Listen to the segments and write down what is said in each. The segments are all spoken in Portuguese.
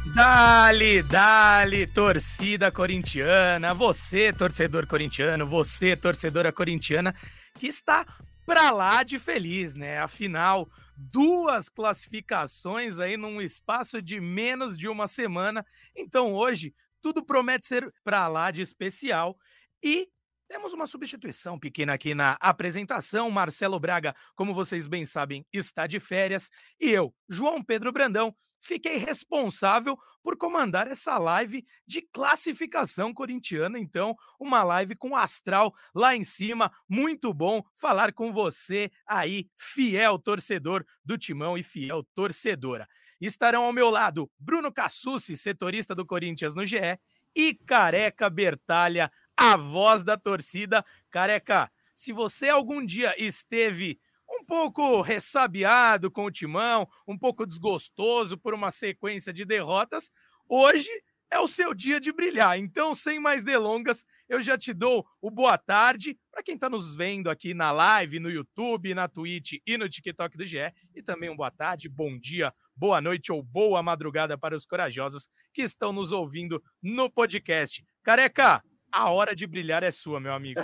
Dale, dale, torcida corintiana, você, torcedor corintiano, você, torcedora corintiana, que está pra lá de feliz, né? Afinal, 2 classificações aí num espaço de menos de uma semana. Então hoje, tudo promete ser pra lá de especial e temos uma substituição pequena aqui na apresentação. Marcelo Braga, como vocês bem sabem, está de férias e eu, João Pedro Brandão, fiquei responsável por comandar essa live de classificação corintiana. Então, uma live com astral lá em cima. Muito bom falar com você aí, fiel torcedor do Timão e fiel torcedora. Estarão ao meu lado Bruno Cassucci, setorista do Corinthians no GE, e Careca Bertalha, a voz da torcida. Careca, se você algum dia esteve um pouco ressabiado com o Timão, um pouco desgostoso por uma sequência de derrotas, hoje é o seu dia de brilhar. Então, sem mais delongas, eu já te dou o boa tarde para quem está nos vendo aqui na live, no YouTube, na Twitch e no TikTok do GE, e também um boa tarde, bom dia, boa noite ou boa madrugada para os corajosos que estão nos ouvindo no podcast. Careca, a hora de brilhar é sua, meu amigo.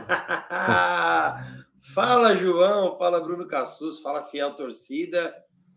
Fala, João. Fala, Bruno Cassus. Fala, fiel torcida.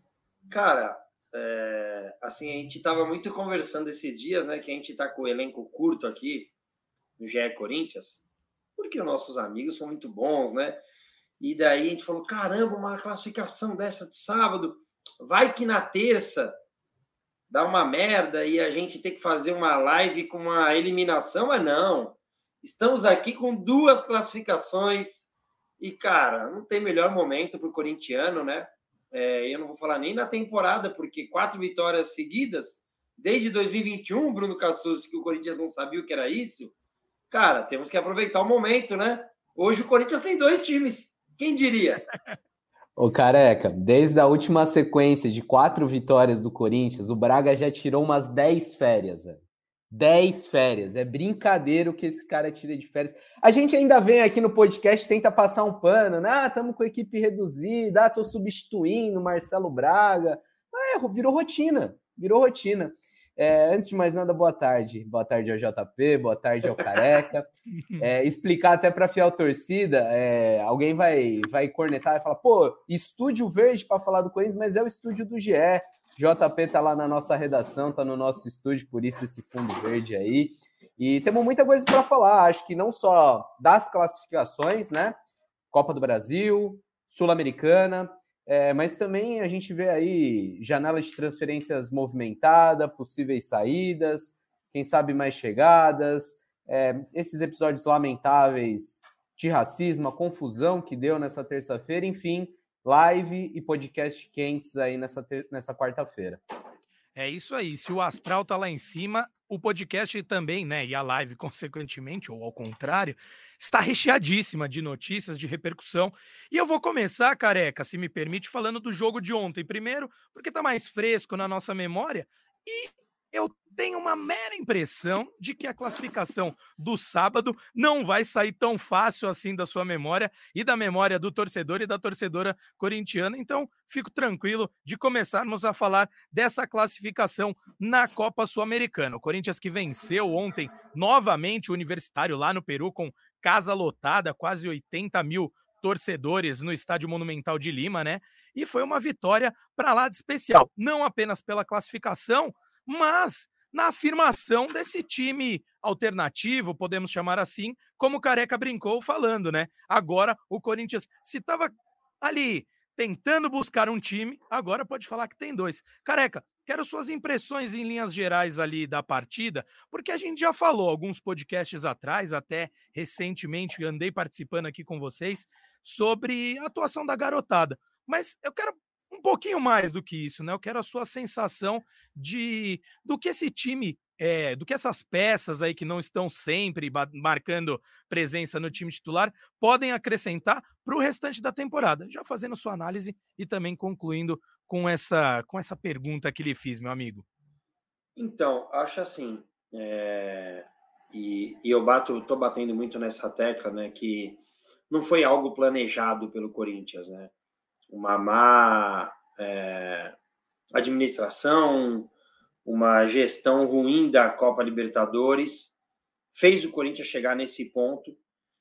Cara, assim, a gente estava muito conversando esses dias, né? Que a gente está com o elenco curto aqui no GE Corinthians, porque os nossos amigos são muito bons, né? E daí a gente falou, caramba, uma classificação dessa de sábado, vai que na terça dá uma merda e a gente tem que fazer uma live com uma eliminação, mas não. Estamos aqui com 2 classificações e, cara, não tem melhor momento para o corintiano, né? Eu não vou falar nem na temporada, porque 4 vitórias seguidas, desde 2021, Bruno Cassus, que o Corinthians não sabia o que era isso. Cara, temos que aproveitar o momento, né? Hoje o Corinthians tem 2 times. Quem diria? Ô Careca, desde a última sequência de 4 vitórias do Corinthians, o Braga já tirou umas 10 férias, velho. 10 férias. É brincadeira o que esse cara tira de férias. A gente ainda vem aqui no podcast, tenta passar um pano, né? Estamos com a equipe reduzida, tô substituindo o Marcelo Braga. Virou rotina, virou rotina. Antes de mais nada, boa tarde. Boa tarde ao JP, boa tarde ao Careca. Explicar até para a fiel torcida, alguém vai cornetar e falar, pô, estúdio verde para falar do Corinthians, mas é o estúdio do GE. JP tá lá na nossa redação, tá no nosso estúdio, por isso esse fundo verde aí. E temos muita coisa para falar, acho que não só das classificações, né? Copa do Brasil, Sul-Americana, mas também a gente vê aí janela de transferências movimentada, possíveis saídas, quem sabe mais chegadas, esses episódios lamentáveis de racismo, a confusão que deu nessa terça-feira, enfim, live e podcast quentes aí nessa quarta-feira. É isso aí, se o astral tá lá em cima, o podcast também, né, e a live consequentemente, ou ao contrário, está recheadíssima de notícias, de repercussão. E eu vou começar, Careca, se me permite, falando do jogo de ontem. Primeiro, porque tá mais fresco na nossa memória, e eu tenho uma mera impressão de que a classificação do sábado não vai sair tão fácil assim da sua memória e da memória do torcedor e da torcedora corintiana. Então, fico tranquilo de começarmos a falar dessa classificação na Copa Sul-Americana. O Corinthians que venceu ontem novamente o Universitário lá no Peru com casa lotada, quase 80 mil torcedores no Estádio Monumental de Lima, né? E foi uma vitória para lá de especial, não apenas pela classificação, mas na afirmação desse time alternativo, podemos chamar assim, como o Careca brincou falando, né? Agora o Corinthians, se estava ali tentando buscar um time, agora pode falar que tem 2. Careca, quero suas impressões em linhas gerais ali da partida, porque a gente já falou alguns podcasts atrás, até recentemente andei participando aqui com vocês, sobre a atuação da garotada. Mas eu quero um pouquinho mais do que isso, né? Eu quero a sua sensação do que esse time, do que essas peças aí que não estão sempre marcando presença no time titular podem acrescentar para o restante da temporada. Já fazendo sua análise e também concluindo com essa pergunta que lhe fiz, meu amigo. Então, acho assim, e eu tô batendo muito nessa tecla, né? Que não foi algo planejado pelo Corinthians, né? Uma má administração, uma gestão ruim da Copa Libertadores, fez o Corinthians chegar nesse ponto.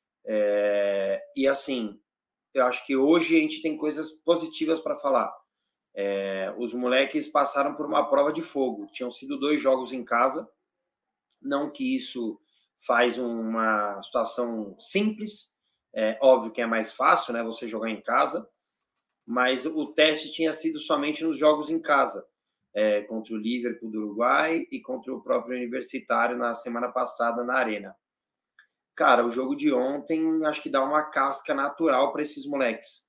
E assim, eu acho que hoje a gente tem coisas positivas para falar. Os moleques passaram por uma prova de fogo. Tinham sido 2 jogos em casa. Não que isso faz uma situação simples. Óbvio que é mais fácil, né, você jogar em casa. Mas o teste tinha sido somente nos jogos em casa. Contra o Liverpool do Uruguai e contra o próprio Universitário na semana passada na Arena. Cara, o jogo de ontem acho que dá uma casca natural para esses moleques.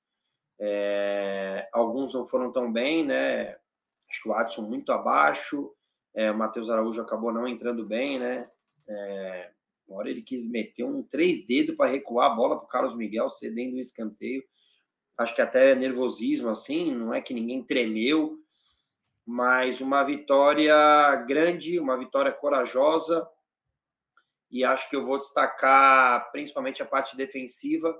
Alguns não foram tão bem, né? Acho que o Adson muito abaixo, o Matheus Araújo acabou não entrando bem, né? Uma hora ele quis meter um 3 dedos para recuar a bola para o Carlos Miguel, cedendo um escanteio. Acho que até nervosismo, assim, não é que ninguém tremeu, mas uma vitória grande, uma vitória corajosa, e acho que eu vou destacar principalmente a parte defensiva.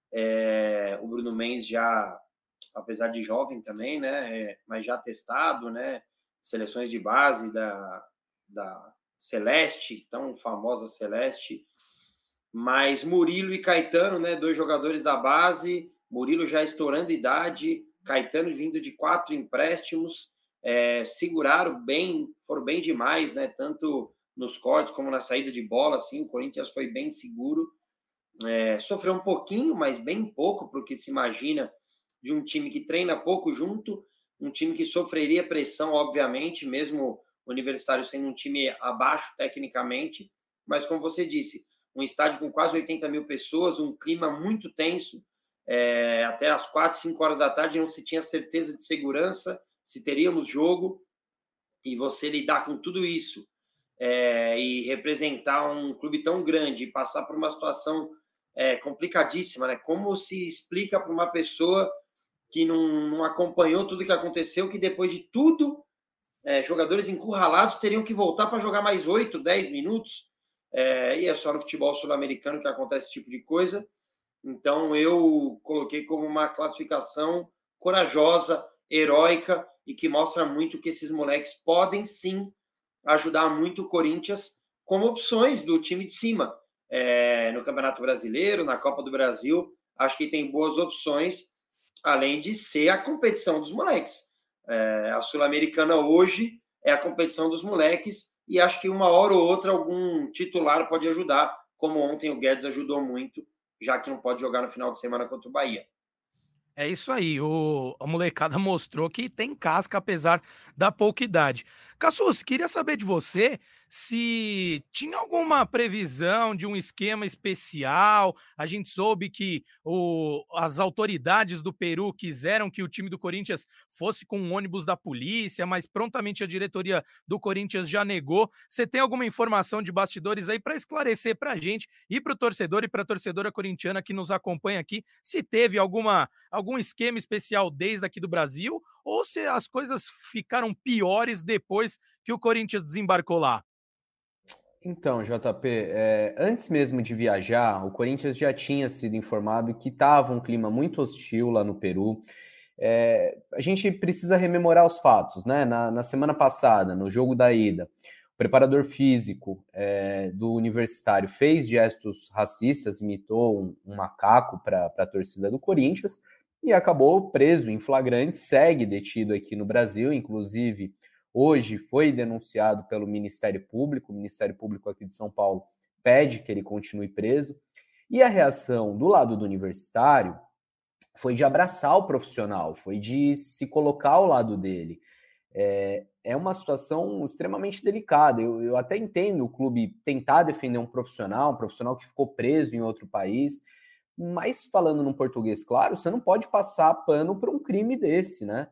O Bruno Mendes já, apesar de jovem também, né, mas já testado, né, seleções de base da Celeste, tão famosa Celeste, mas Murilo e Caetano, né, 2 jogadores da base, Murilo já estourando idade, Caetano vindo de 4 empréstimos, seguraram bem, foram bem demais, né, tanto nos cortes como na saída de bola, assim, o Corinthians foi bem seguro, sofreu um pouquinho, mas bem pouco, porque se imagina de um time que treina pouco junto, um time que sofreria pressão, obviamente, mesmo o Universitário sendo um time abaixo tecnicamente, mas como você disse, um estádio com quase 80 mil pessoas, um clima muito tenso, até às 4, 5 horas da tarde não se tinha certeza de segurança, se teríamos jogo, e você lidar com tudo isso, e representar um clube tão grande e passar por uma situação complicadíssima, né? Como se explica para uma pessoa que não acompanhou tudo que aconteceu, que depois de tudo, jogadores encurralados teriam que voltar para jogar mais 8, 10 minutos, e é só no futebol sul-americano que acontece esse tipo de coisa. Então, eu coloquei como uma classificação corajosa, heróica, e que mostra muito que esses moleques podem, sim, ajudar muito o Corinthians como opções do time de cima. No Campeonato Brasileiro, na Copa do Brasil, acho que tem boas opções, além de ser a competição dos moleques. A Sul-Americana hoje é a competição dos moleques, e acho que uma hora ou outra algum titular pode ajudar, como ontem o Guedes ajudou muito, já que não pode jogar no final de semana contra o Bahia. É isso aí, a molecada mostrou que tem casca, apesar da pouca idade. Cassus, queria saber de você se tinha alguma previsão de um esquema especial. A gente soube que as autoridades do Peru quiseram que o time do Corinthians fosse com um ônibus da polícia, mas prontamente a diretoria do Corinthians já negou. Você tem alguma informação de bastidores aí para esclarecer para a gente e para o torcedor e para a torcedora corintiana que nos acompanha aqui, se teve algum esquema especial desde aqui do Brasil, ou se as coisas ficaram piores depois que o Corinthians desembarcou lá? Então, JP, antes mesmo de viajar, o Corinthians já tinha sido informado que estava um clima muito hostil lá no Peru. A gente precisa rememorar os fatos, né? Na semana passada, no jogo da ida, o preparador físico do Universitário fez gestos racistas, imitou um macaco para a torcida do Corinthians e acabou preso em flagrante, segue detido aqui no Brasil, inclusive hoje foi denunciado pelo Ministério Público. O Ministério Público aqui de São Paulo pede que ele continue preso. E a reação do lado do Universitário foi de abraçar o profissional, foi de se colocar ao lado dele. É uma situação extremamente delicada. Eu até entendo o clube tentar defender um profissional que ficou preso em outro país, mas falando num português claro, você não pode passar pano para um crime desse, né?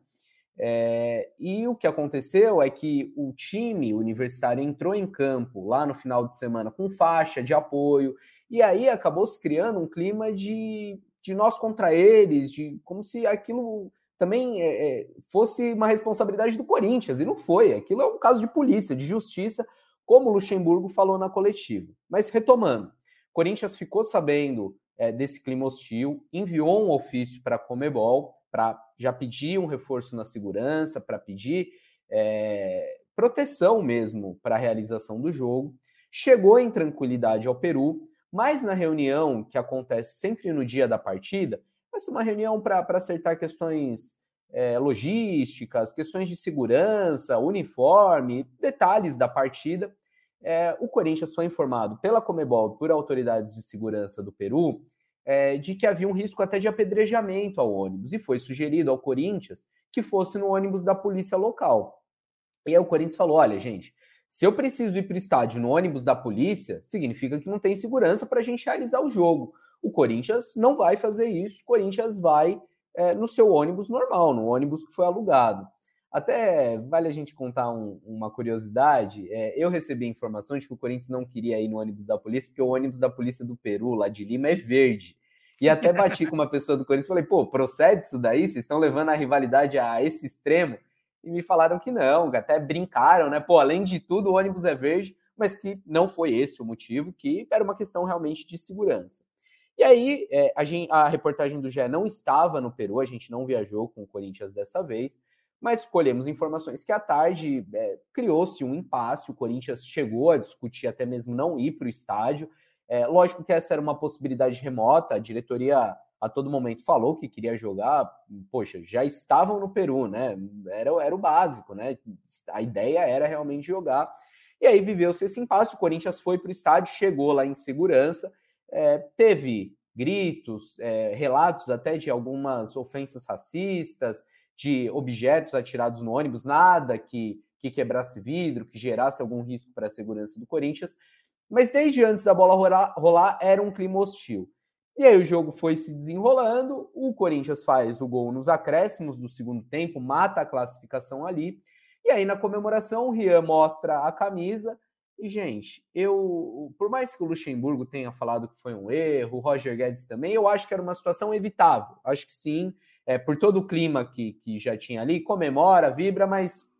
E o que aconteceu é que o time universitário entrou em campo lá no final de semana com faixa de apoio, e aí acabou se criando um clima de nós contra eles, como se aquilo também fosse uma responsabilidade do Corinthians, e não foi. Aquilo é um caso de polícia, de justiça, como o Luxemburgo falou na coletiva. Mas retomando, o Corinthians ficou sabendo desse clima hostil, enviou um ofício para a Conmebol, para já pedir um reforço na segurança, para pedir proteção mesmo para a realização do jogo. Chegou em tranquilidade ao Peru, mas na reunião que acontece sempre no dia da partida, essa é uma reunião para acertar questões logísticas, questões de segurança, uniforme, detalhes da partida. O Corinthians foi informado pela Conmebol, por autoridades de segurança do Peru, de que havia um risco até de apedrejamento ao ônibus, e foi sugerido ao Corinthians que fosse no ônibus da polícia local. E aí o Corinthians falou, olha, gente, se eu preciso ir para o estádio no ônibus da polícia, significa que não tem segurança para a gente realizar o jogo. O Corinthians não vai fazer isso, o Corinthians vai no seu ônibus normal, no ônibus que foi alugado. Até vale a gente contar uma curiosidade, eu recebi a informação de que o Corinthians não queria ir no ônibus da polícia, porque o ônibus da polícia do Peru, lá de Lima, é verde. E até bati com uma pessoa do Corinthians e falei, pô, procede isso daí? Vocês estão levando a rivalidade a esse extremo? E me falaram que não, que até brincaram, né? Pô, além de tudo, o ônibus é verde, mas que não foi esse o motivo, que era uma questão realmente de segurança. E aí, a reportagem do GE não estava no Peru, a gente não viajou com o Corinthians dessa vez, mas colhemos informações que à tarde criou-se um impasse, o Corinthians chegou a discutir até mesmo não ir para o estádio. Lógico que essa era uma possibilidade remota, a diretoria a todo momento falou que queria jogar, poxa, já estavam no Peru, né? Era o básico, né? A ideia era realmente jogar. E aí viveu-se esse impasse, o Corinthians foi para o estádio, chegou lá em segurança, teve gritos, relatos até de algumas ofensas racistas, de objetos atirados no ônibus, nada que quebrasse vidro, que gerasse algum risco para a segurança do Corinthians, mas desde antes da bola rolar era um clima hostil. E aí o jogo foi se desenrolando, o Corinthians faz o gol nos acréscimos do segundo tempo, mata a classificação ali, e aí na comemoração o Rian mostra a camisa, e gente, por mais que o Luxemburgo tenha falado que foi um erro, o Roger Guedes também, eu acho que era uma situação evitável, acho que sim, por todo o clima que já tinha ali, comemora, vibra, mas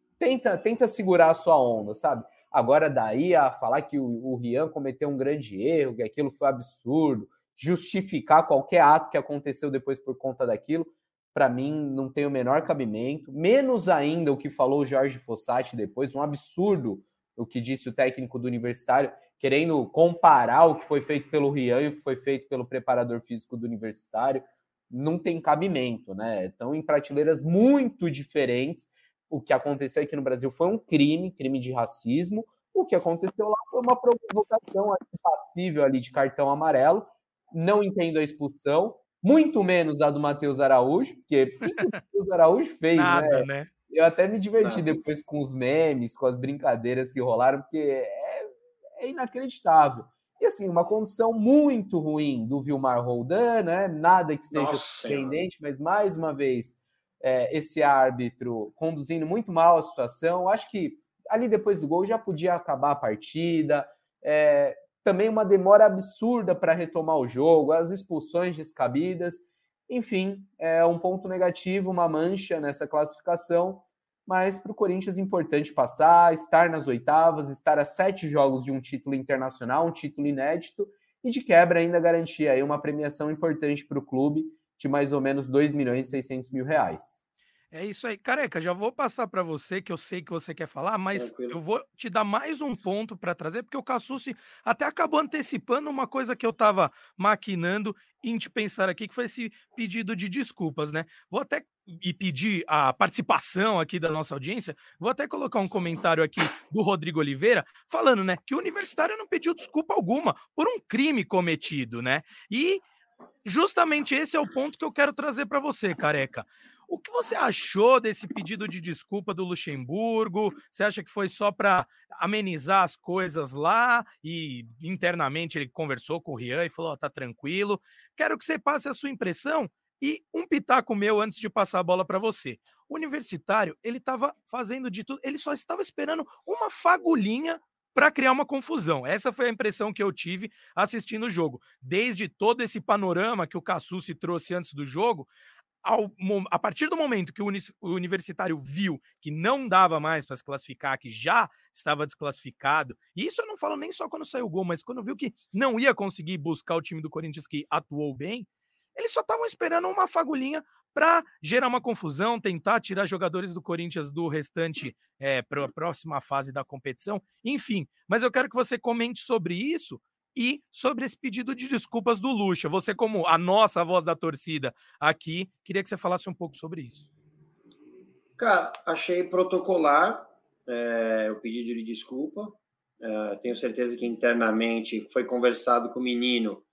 tenta segurar a sua onda, sabe? Agora daí a falar que o Rian cometeu um grande erro, que aquilo foi absurdo, justificar qualquer ato que aconteceu depois por conta daquilo, para mim não tem o menor cabimento, menos ainda o que falou o Jorge Fossati depois, um absurdo o que disse o técnico do Universitário, querendo comparar o que foi feito pelo Rian e o que foi feito pelo preparador físico do Universitário, não tem cabimento, né? Estão em prateleiras muito diferentes. O que aconteceu aqui no Brasil foi um crime de racismo. O que aconteceu lá foi uma provocação passível ali de cartão amarelo. Não entendo a expulsão, muito menos a do Matheus Araújo, porque o que o Matheus Araújo fez, Nada, né? Eu até me diverti depois com os memes, com as brincadeiras que rolaram, porque é inacreditável. E assim, uma condição muito ruim do Vilmar Roldan, né? Nada que seja surpreendente, mas mais uma vez, esse árbitro conduzindo muito mal a situação. Acho que ali depois do gol já podia acabar a partida. Também uma demora absurda para retomar o jogo, as expulsões descabidas. Enfim, é um ponto negativo, uma mancha nessa classificação, mas para o Corinthians é importante passar, estar nas oitavas, estar a 7 jogos de um título internacional, um título inédito, e de quebra ainda garantir aí uma premiação importante para o clube de mais ou menos R$2.600.000. É isso aí. Careca, já vou passar para você, que eu sei que você quer falar, mas Tranquilo. eu vou te dar mais um ponto para trazer, porque o Cassucci até acabou antecipando uma coisa que eu estava maquinando em te pensar aqui, que foi esse pedido de desculpas, né? Vou até pedir a participação aqui da nossa audiência, vou até colocar um comentário aqui do Rodrigo Oliveira, falando, né, que o Universitário não pediu desculpa alguma por um crime cometido, né? E justamente esse é o ponto que eu quero trazer para você, Careca. O que você achou desse pedido de desculpa do Luxemburgo? Você acha que foi só para amenizar as coisas lá e internamente ele conversou com o Rian e falou: tá tranquilo? Quero que você passe a sua impressão e um pitaco meu antes de passar a bola para você. O Universitário, ele estava fazendo de tudo, ele só estava esperando uma fagulhinha para criar uma confusão. Essa foi a impressão que eu tive assistindo o jogo. Desde todo esse panorama que o Cassucci trouxe antes do jogo, a partir do momento que o Universitário viu que não dava mais para se classificar, que já estava desclassificado, e isso eu não falo nem só quando saiu o gol, mas quando viu que não ia conseguir buscar o time do Corinthians que atuou bem, eles só estavam esperando uma fagulhinha para gerar uma confusão, tentar tirar jogadores do Corinthians do restante para a próxima fase da competição, enfim. Mas eu quero que você comente sobre isso e sobre esse pedido de desculpas do Lucha. Você, como a nossa voz da torcida aqui, queria que você falasse um pouco sobre isso. Cara, achei protocolar o pedido de desculpa. Tenho certeza que internamente foi conversado com o menino.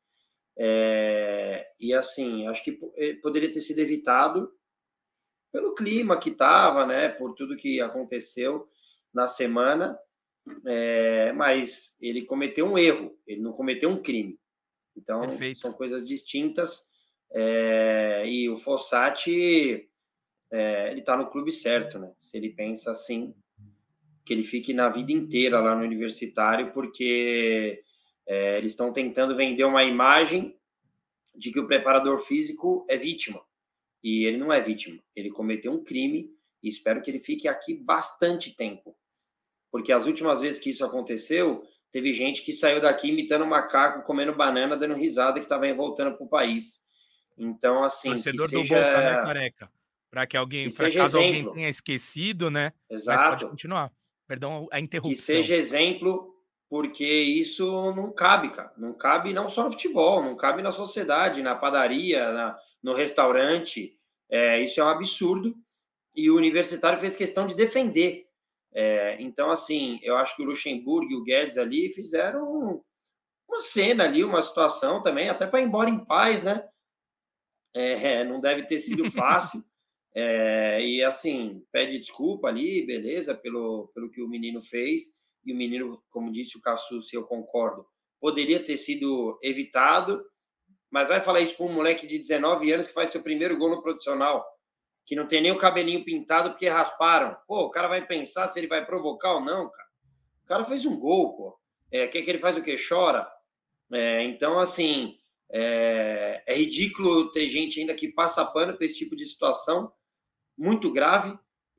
E assim, acho que poderia ter sido evitado pelo clima que estava, né? Por tudo que aconteceu na semana. Mas ele cometeu um erro, ele não cometeu um crime. Então, Perfeito. São coisas distintas. E o Fossati, ele está no clube certo, né? Se ele pensa assim, que ele fique na vida inteira lá no Universitário, porque eles estão tentando vender uma imagem de que o preparador físico é vítima. E ele não é vítima. Ele cometeu um crime e espero que ele fique aqui bastante tempo. Porque as últimas vezes que isso aconteceu, teve gente que saiu daqui imitando macaco, comendo banana, dando risada, que estava voltando para o país. Então, assim, Torcedor que seja... do Boca, né, Careca? Para que alguém, para caso exemplo. Alguém tenha esquecido, né? Exato. Mas pode continuar. Perdão a interrupção. Que seja exemplo, porque isso não cabe, cara. Não cabe não só no futebol, não cabe na sociedade, na padaria, no restaurante. Isso é um absurdo. E o Universitário fez questão de defender. Então, assim, eu acho que o Luxemburgo e o Guedes ali fizeram uma cena ali, uma situação também, até para ir embora em paz, né? Não deve ter sido fácil. E assim, pede desculpa ali, beleza, pelo que o menino fez. E o menino, como disse o Cassus, eu concordo, poderia ter sido evitado, mas vai falar isso para um moleque de 19 anos que faz seu primeiro gol no profissional, que não tem nem o cabelinho pintado porque rasparam. Pô, o cara vai pensar se ele vai provocar ou não, cara. O cara fez um gol, pô. Quer que ele faz o quê? Chora. Então, assim, é ridículo ter gente ainda que passa pano para esse tipo de situação, muito grave.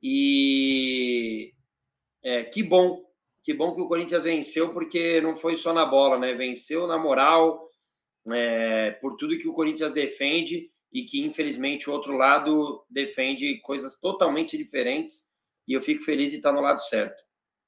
E que bom que o Corinthians venceu, porque não foi só na bola, né? Venceu na moral, por tudo que o Corinthians defende e que, infelizmente, o outro lado defende coisas totalmente diferentes, e eu fico feliz de estar no lado certo.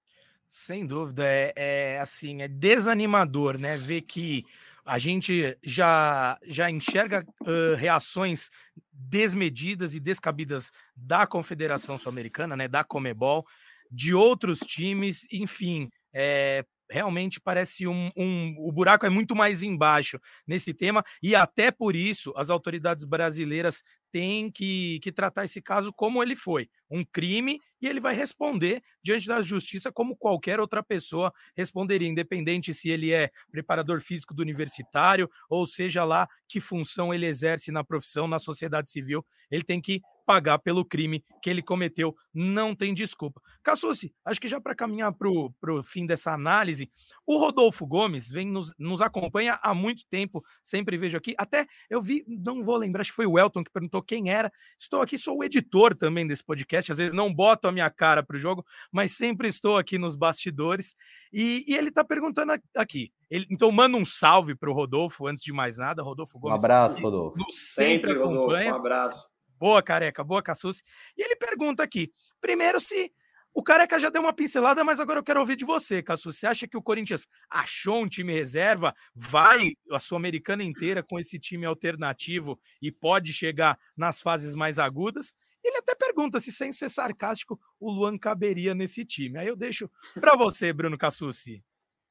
Sem dúvida, assim, é desanimador, né? Ver que a gente já enxerga reações desmedidas e descabidas da Confederação Sul-Americana, né? Da Conmebol, de outros times, enfim, realmente parece o buraco é muito mais embaixo nesse tema, e até por isso as autoridades brasileiras têm que tratar esse caso como ele foi, um crime, e ele vai responder diante da justiça como qualquer outra pessoa responderia, independente se ele é preparador físico do Universitário, ou seja lá que função ele exerce na profissão, na sociedade civil, ele tem que pagar pelo crime que ele cometeu, não tem desculpa. Cassucci, acho que já para caminhar para o fim dessa análise, o Rodolfo Gomes nos acompanha há muito tempo, sempre vejo aqui, até eu vi, não vou lembrar, acho que foi o Elton que perguntou quem era, estou aqui, sou o editor também desse podcast, às vezes não boto a minha cara para o jogo, mas sempre estou aqui nos bastidores, e ele está perguntando aqui, então manda um salve para o Rodolfo, antes de mais nada, Rodolfo Gomes. Um abraço, Rodolfo. Sempre acompanha. Rodolfo, um abraço. Boa, Careca, boa, Cassucci. E ele pergunta aqui, primeiro se o Careca já deu uma pincelada, mas agora eu quero ouvir de você, Cassucci. Você acha que o Corinthians achou um time reserva, vai a Sul-Americana inteira com esse time alternativo e pode chegar nas fases mais agudas? Ele até pergunta se, sem ser sarcástico, o Luan caberia nesse time. Aí eu deixo para você, Bruno Cassucci.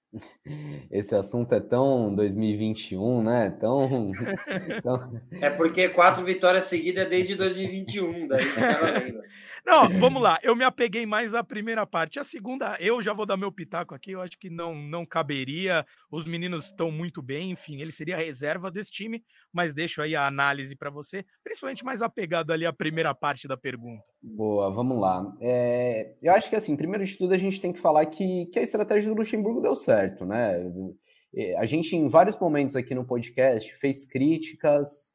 Esse assunto é tão 2021, né? Tão... É porque 4 vitórias seguidas desde 2021, daí fica lendo. Não, vamos lá. Eu me apeguei mais à primeira parte. A segunda, eu já vou dar meu pitaco aqui. Eu acho que não caberia. Os meninos estão muito bem. Enfim, ele seria a reserva desse time. Mas deixo aí a análise para você, principalmente mais apegado ali à primeira parte da pergunta. Boa, vamos lá. Eu acho que, assim, primeiro de tudo, a gente tem que falar que a estratégia do Luxemburgo deu certo, né? A gente, em vários momentos aqui no podcast, fez críticas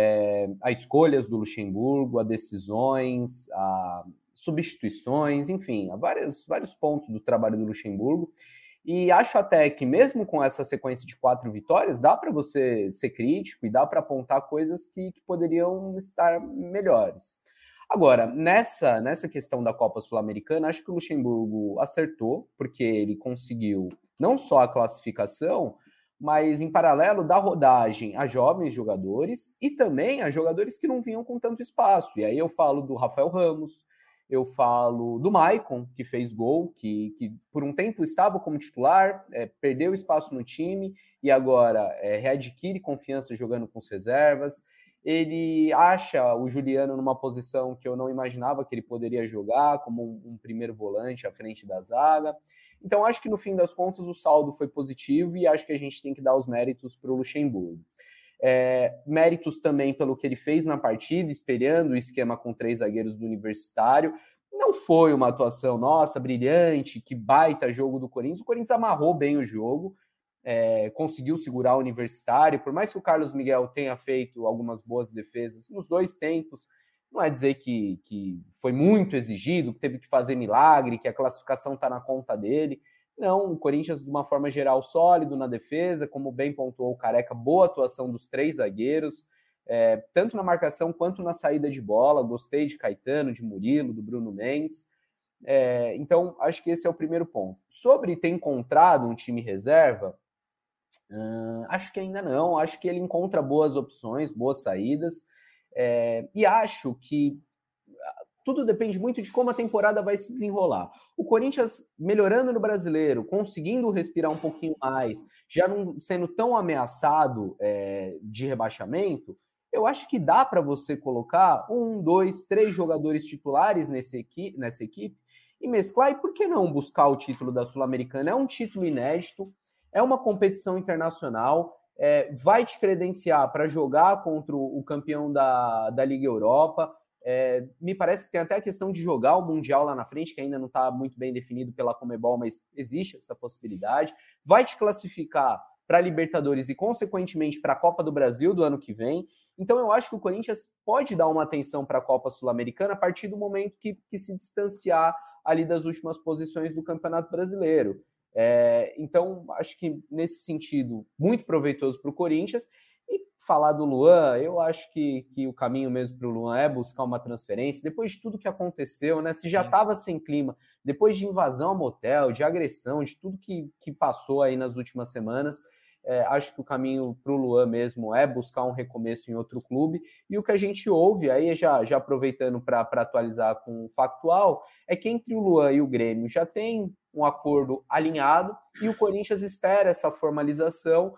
a escolhas do Luxemburgo, a decisões, a substituições, enfim, a vários pontos do trabalho do Luxemburgo. E acho até que, mesmo com essa sequência de 4 vitórias, dá para você ser crítico e dá para apontar coisas que poderiam estar melhores. Agora, nessa questão da Copa Sul-Americana, acho que o Luxemburgo acertou, porque ele conseguiu não só a classificação, mas em paralelo dar rodagem a jovens jogadores e também a jogadores que não vinham com tanto espaço. E aí eu falo do Rafael Ramos, eu falo do Maicon, que fez gol, que por um tempo estava como titular, perdeu espaço no time e agora readquire confiança jogando com as reservas. Ele acha o Juliano numa posição que eu não imaginava que ele poderia jogar, como um primeiro volante à frente da zaga. Então, acho que no fim das contas o saldo foi positivo e acho que a gente tem que dar os méritos para o Luxemburgo. Méritos também pelo que ele fez na partida, espelhando o esquema com 3 zagueiros do Universitário. Não foi uma atuação, nossa, brilhante, que baita jogo do Corinthians. O Corinthians amarrou bem o jogo, conseguiu segurar o Universitário. Por mais que o Carlos Miguel tenha feito algumas boas defesas nos 2 tempos, não é dizer que foi muito exigido, que teve que fazer milagre, que a classificação está na conta dele. Não, o Corinthians, de uma forma geral, sólido na defesa, como bem pontuou o Careca, boa atuação dos 3 zagueiros, tanto na marcação quanto na saída de bola. Gostei de Caetano, de Murilo, do Bruno Mendes. Então, acho que esse é o primeiro ponto. Sobre ter encontrado um time reserva, acho que ainda não. Acho que ele encontra boas opções, boas saídas, e acho que tudo depende muito de como a temporada vai se desenrolar. O Corinthians melhorando no Brasileiro, conseguindo respirar um pouquinho mais, já não sendo tão ameaçado de rebaixamento, eu acho que dá para você colocar 1, 2, 3 jogadores titulares nessa equipe e mesclar. E por que não buscar o título da Sul-Americana? É um título inédito, é uma competição internacional, vai te credenciar para jogar contra o campeão da Liga Europa. Me parece que tem até a questão de jogar o Mundial lá na frente, que ainda não está muito bem definido pela Conmebol, mas existe essa possibilidade. Vai te classificar para a Libertadores e, consequentemente, para a Copa do Brasil do ano que vem. Então, eu acho que o Corinthians pode dar uma atenção para a Copa Sul-Americana a partir do momento que se distanciar ali das últimas posições do Campeonato Brasileiro. Então, acho que, nesse sentido, muito proveitoso para o Corinthians. E falar do Luan, eu acho que o caminho mesmo para o Luan é buscar uma transferência. Depois de tudo que aconteceu, né? Se já estava sem clima, depois de invasão a motel, de agressão, de tudo que passou aí nas últimas semanas, acho que o caminho para o Luan mesmo é buscar um recomeço em outro clube. E o que a gente ouve, aí já aproveitando para atualizar com o factual, é que entre o Luan e o Grêmio já tem um acordo alinhado e o Corinthians espera essa formalização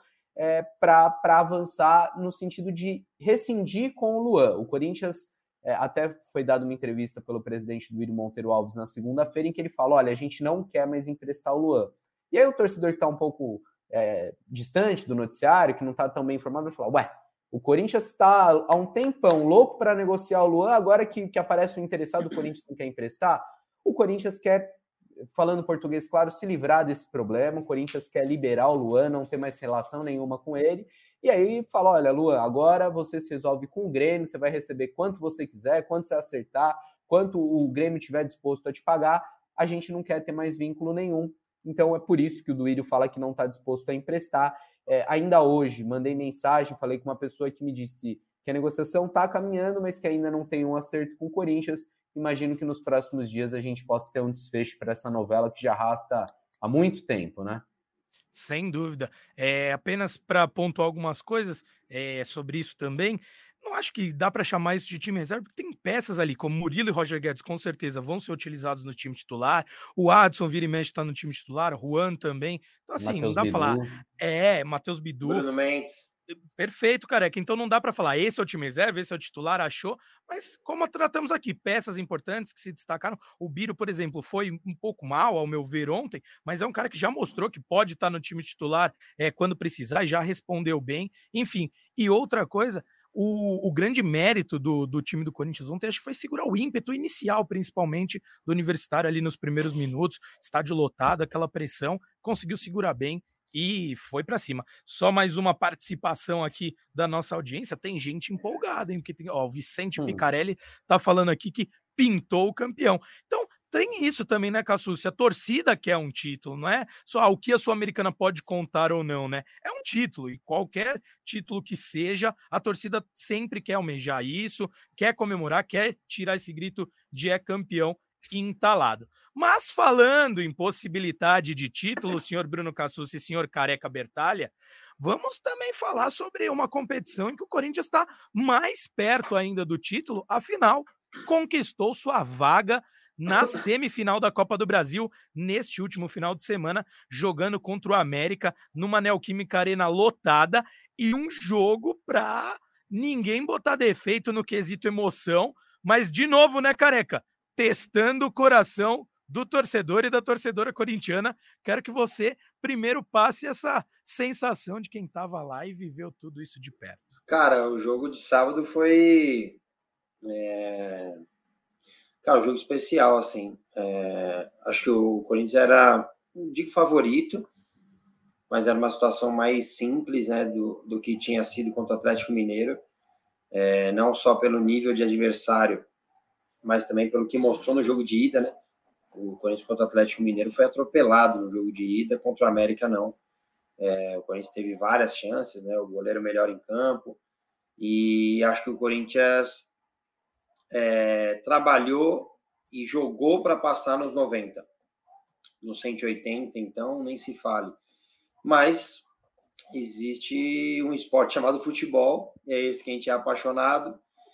para avançar no sentido de rescindir com o Luan. O Corinthians até foi dado uma entrevista pelo presidente Duílio Monteiro Alves na segunda-feira, em que ele falou, olha, a gente não quer mais emprestar o Luan. E aí o torcedor que está um pouco distante do noticiário, que não está tão bem informado, vai falar, ué, o Corinthians está há um tempão louco para negociar o Luan, agora que aparece um interessado, o Corinthians não quer emprestar. O Corinthians quer, falando português claro, se livrar desse problema. O Corinthians quer liberar o Luan, não ter mais relação nenhuma com ele. E aí fala, olha, Luan, agora você se resolve com o Grêmio, você vai receber quanto você quiser, quanto você acertar, quanto o Grêmio tiver disposto a te pagar, a gente não quer ter mais vínculo nenhum. Então é por isso que o Duílio fala que não está disposto a emprestar. Ainda hoje, mandei mensagem, falei com uma pessoa que me disse que a negociação está caminhando, mas que ainda não tem um acerto com o Corinthians. Imagino que nos próximos dias a gente possa ter um desfecho para essa novela que já arrasta há muito tempo, né? Sem dúvida. Apenas para pontuar algumas coisas sobre isso também, não acho que dá para chamar isso de time reserva, porque tem peças ali, como Murilo e Roger Guedes, com certeza vão ser utilizados no time titular. O Adson vira e mexe está no time titular, o Juan também. Então, assim, não dá para falar. Matheus Bidu. Bruno Mendes. Perfeito, Careca. Então não dá para falar, esse é o time reserva, esse é o titular, achou. Mas como tratamos aqui, peças importantes que se destacaram. O Biro, por exemplo, foi um pouco mal, ao meu ver, ontem, mas é um cara que já mostrou que pode estar no time titular quando precisar, e já respondeu bem. Enfim, e outra coisa, o grande mérito do time do Corinthians ontem, acho que foi segurar o ímpeto inicial, principalmente do Universitário ali nos primeiros minutos, estádio lotado, aquela pressão, conseguiu segurar bem e foi para cima. Só mais uma participação aqui da nossa audiência. Tem gente empolgada, hein? Porque o Vicente Picarelli tá falando aqui que pintou o campeão. Então, tem isso também, né, Cassucci? A torcida quer um título, não é só o que a Sul-Americana pode contar ou não, né? É um título, e qualquer título que seja, a torcida sempre quer almejar isso, quer comemorar, quer tirar esse grito de campeão entalado. Mas falando em possibilidade de título, senhor Bruno Cassucci e senhor Careca Bertalha, vamos também falar sobre uma competição em que o Corinthians está mais perto ainda do título, afinal, conquistou sua vaga na semifinal da Copa do Brasil neste último final de semana, jogando contra o América numa Neoquímica Arena lotada e um jogo para ninguém botar defeito no quesito emoção, mas de novo, né, Careca? Testando o coração do torcedor e da torcedora corintiana. Quero que você primeiro passe essa sensação de quem estava lá e viveu tudo isso de perto. Cara, o jogo de sábado foi... Cara, um jogo especial, assim. Acho que o Corinthians era, não digo favorito, mas era uma situação mais simples, né, do que tinha sido contra o Atlético Mineiro. Não só pelo nível de adversário, mas também pelo que mostrou no jogo de ida, né? O Corinthians contra o Atlético Mineiro foi atropelado no jogo de ida, contra o América não. O Corinthians teve várias chances, né? O goleiro melhor em campo, e acho que o Corinthians trabalhou e jogou para passar nos 90. Nos 180, então, nem se fale. Mas existe um esporte chamado futebol, é esse que a gente é apaixonado,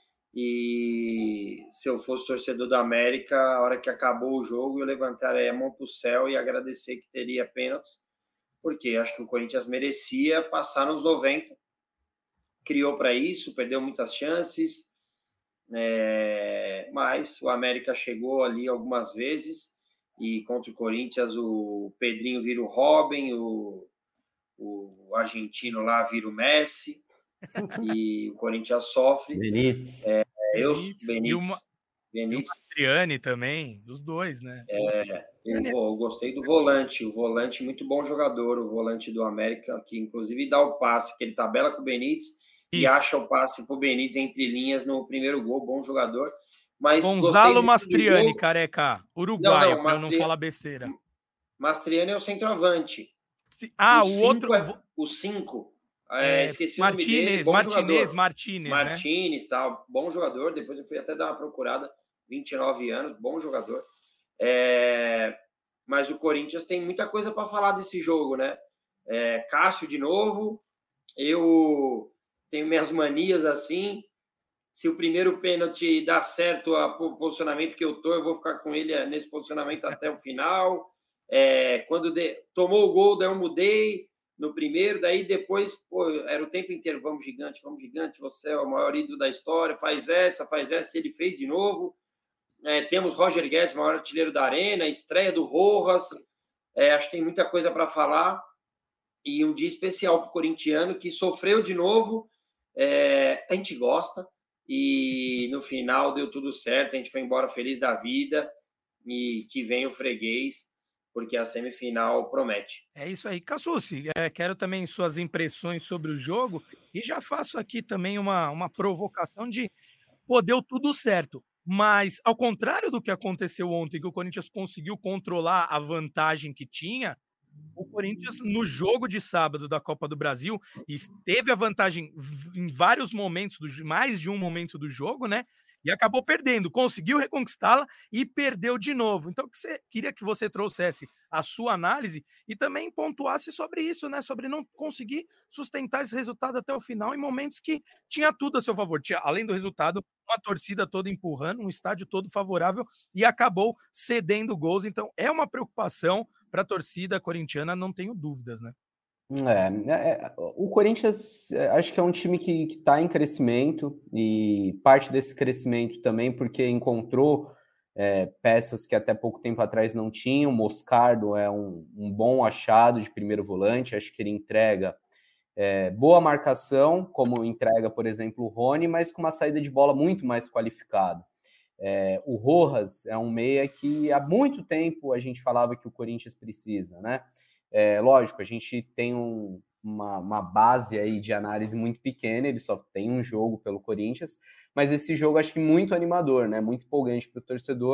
e se eu fosse torcedor da América, a hora que acabou o jogo, eu levantaria a mão para o céu e agradecer que teria pênaltis, porque acho que o Corinthians merecia passar nos 90, criou para isso, perdeu muitas chances, mas o América chegou ali algumas vezes, e contra o Corinthians o Pedrinho vira o Robin, o argentino lá vira o Messi, e o Corinthians sofre. Benítez. Benítez. E o Mastriani também, dos dois, né? Eu gostei do volante, o volante muito bom jogador, o volante do América, que inclusive dá o passe, que ele tabela com o Benítez e acha o passe pro Benítez entre linhas no primeiro gol, bom jogador. Mas Gonzalo Mastriani, Careca, uruguaio, para eu não falar besteira. Mastriani é o centroavante. O outro... O 5. Esqueci Martínez, o nome dele. Martínez, né? Tal, bom jogador. Depois eu fui até dar uma procurada. 29 anos, bom jogador. Mas o Corinthians tem muita coisa para falar desse jogo, né? Cássio de novo. Eu tenho minhas manias assim. Se o primeiro pênalti dá certo o posicionamento que eu vou ficar com ele nesse posicionamento até o final. Quando tomou o gol, daí eu mudei no primeiro, daí depois, era o tempo inteiro, vamos gigante, você é o maior ídolo da história, faz essa, ele fez de novo. Temos Roger Guedes, maior artilheiro da Arena, estreia do Rojas, acho que tem muita coisa para falar, e um dia especial para o corintiano, que sofreu de novo, a gente gosta, e no final deu tudo certo, a gente foi embora feliz da vida, e que vem o freguês, porque a semifinal promete. É isso aí. Cassucci, quero também suas impressões sobre o jogo e já faço aqui também uma provocação de deu tudo certo, mas ao contrário do que aconteceu ontem, que o Corinthians conseguiu controlar a vantagem que tinha, o Corinthians no jogo de sábado da Copa do Brasil teve a vantagem em vários momentos, mais de um momento do jogo, né? E acabou perdendo, conseguiu reconquistá-la e perdeu de novo. Então, queria que você trouxesse a sua análise e também pontuasse sobre isso, né? Sobre não conseguir sustentar esse resultado até o final em momentos que tinha tudo a seu favor. Tinha, além do resultado, uma torcida toda empurrando, um estádio todo favorável e acabou cedendo gols. Então, é uma preocupação para a torcida corintiana, não tenho dúvidas, né? O Corinthians acho que é um time que está em crescimento e parte desse crescimento também porque encontrou peças que até pouco tempo atrás não tinham. Moscardo é um bom achado de primeiro volante, acho que ele entrega boa marcação, como entrega, por exemplo, o Rony, mas com uma saída de bola muito mais qualificada. O Rojas é um meia que há muito tempo a gente falava que o Corinthians precisa, né? Lógico, a gente tem uma base aí de análise muito pequena, ele só tem um jogo pelo Corinthians, mas esse jogo acho que muito animador, né? Muito empolgante para o torcedor.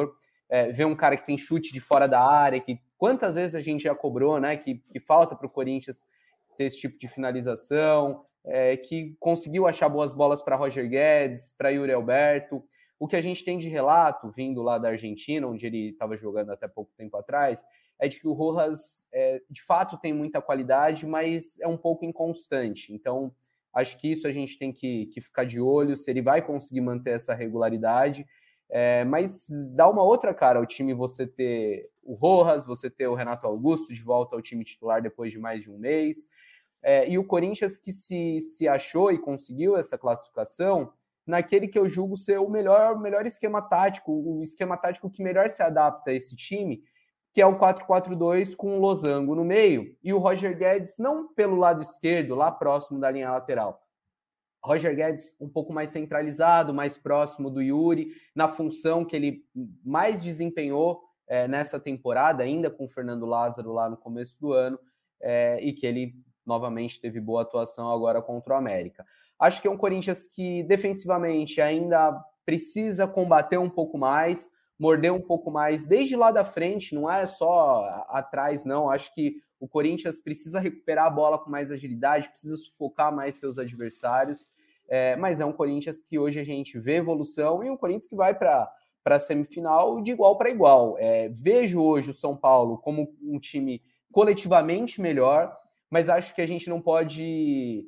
ver um cara que tem chute de fora da área, que quantas vezes a gente já cobrou, né? Que falta para o Corinthians ter esse tipo de finalização, que conseguiu achar boas bolas para Roger Guedes, para Yuri Alberto. O que a gente tem de relato, vindo lá da Argentina, onde ele estava jogando até pouco tempo atrás, é de que o Rojas, de fato, tem muita qualidade, mas é um pouco inconstante. Então, acho que isso a gente tem que ficar de olho, se ele vai conseguir manter essa regularidade. Mas dá uma outra cara ao time você ter o Rojas, você ter o Renato Augusto de volta ao time titular depois de mais de um mês. E o Corinthians que se achou e conseguiu essa classificação naquele que eu julgo ser o melhor esquema tático, o esquema tático que melhor se adapta a esse time, que é o 4-4-2 com o Losango no meio e o Roger Guedes não pelo lado esquerdo, lá próximo da linha lateral. Roger Guedes um pouco mais centralizado, mais próximo do Yuri, na função que ele mais desempenhou nessa temporada, ainda com o Fernando Lázaro lá no começo do ano, e que ele novamente teve boa atuação agora contra o América. Acho que é um Corinthians que defensivamente ainda precisa combater um pouco mais, morder um pouco mais, desde lá da frente, não é só atrás, não. Acho que o Corinthians precisa recuperar a bola com mais agilidade, precisa sufocar mais seus adversários, mas é um Corinthians que hoje a gente vê evolução e um Corinthians que vai para a semifinal de igual para igual. Vejo hoje o São Paulo como um time coletivamente melhor, mas acho que a gente não pode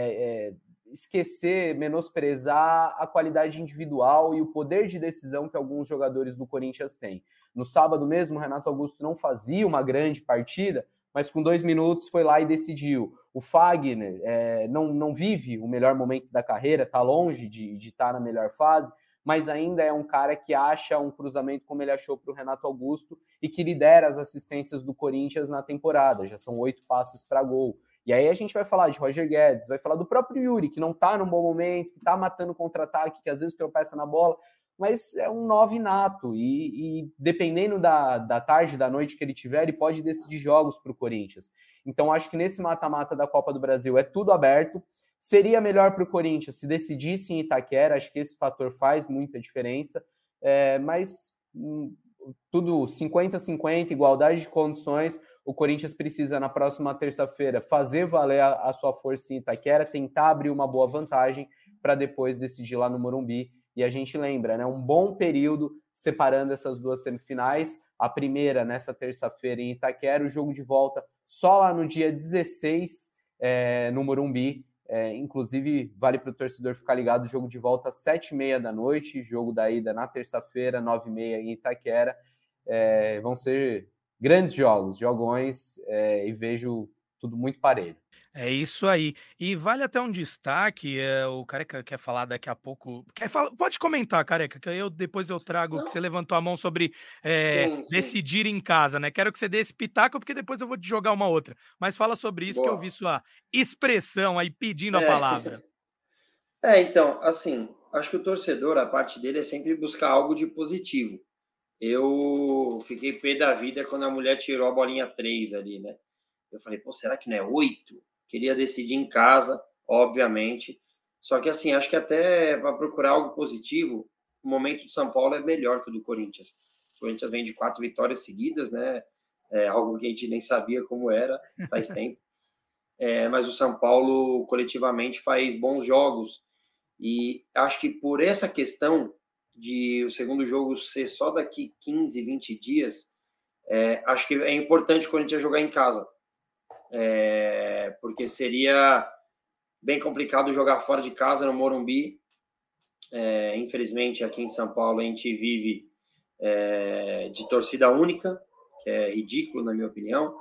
esquecer, menosprezar a qualidade individual e o poder de decisão que alguns jogadores do Corinthians têm. No sábado mesmo, o Renato Augusto não fazia uma grande partida, mas com 2 minutos foi lá e decidiu. O Fagner não vive o melhor momento da carreira, está longe de estar na melhor fase, mas ainda é um cara que acha um cruzamento como ele achou para o Renato Augusto e que lidera as assistências do Corinthians na temporada. Já são 8 passes para gol. E aí a gente vai falar de Roger Guedes, vai falar do próprio Yuri, que não está num bom momento, que está matando contra-ataque, que às vezes tropeça na bola, mas é um 9 nato. E dependendo da tarde, da noite que ele tiver, ele pode decidir jogos para o Corinthians. Então acho que nesse mata-mata da Copa do Brasil é tudo aberto. Seria melhor para o Corinthians se decidisse em Itaquera, acho que esse fator faz muita diferença, mas tudo 50-50, igualdade de condições. O Corinthians precisa, na próxima terça-feira, fazer valer a sua força em Itaquera, tentar abrir uma boa vantagem para depois decidir lá no Morumbi. E a gente lembra, né, um bom período separando essas duas semifinais. A primeira, nessa terça-feira, em Itaquera, o jogo de volta só lá no dia 16, no Morumbi. Inclusive, vale para o torcedor ficar ligado, o jogo de volta às 7h30 da noite, jogo da ida na terça-feira, 9h30 em Itaquera. Vão ser grandes jogões, e vejo tudo muito parelho. É isso aí. E vale até um destaque, o Careca quer falar daqui a pouco. Pode comentar, Careca, que depois eu trago Não. que você levantou a mão sobre Sim. decidir em casa, né? Quero que você dê esse pitaco, porque depois eu vou te jogar uma outra. Mas fala sobre isso, que eu Boa. vi sua expressão aí pedindo a palavra. Então, assim, acho que o torcedor, a parte dele é sempre buscar algo de positivo. Eu fiquei pé da vida quando a mulher tirou a bolinha 3 ali, né? Eu falei, pô, será que não é 8? Queria decidir em casa, obviamente. Só que, assim, acho que até para procurar algo positivo, o momento do São Paulo é melhor que o do Corinthians. O Corinthians vem de 4 vitórias seguidas, né? Algo que a gente nem sabia como era faz tempo. Mas o São Paulo, coletivamente, faz bons jogos. E acho que por essa questão de o segundo jogo ser só daqui 15, 20 dias, acho que é importante o Corinthians jogar em casa. Porque seria bem complicado jogar fora de casa no Morumbi. Infelizmente, aqui em São Paulo, a gente vive de torcida única, que é ridículo, na minha opinião.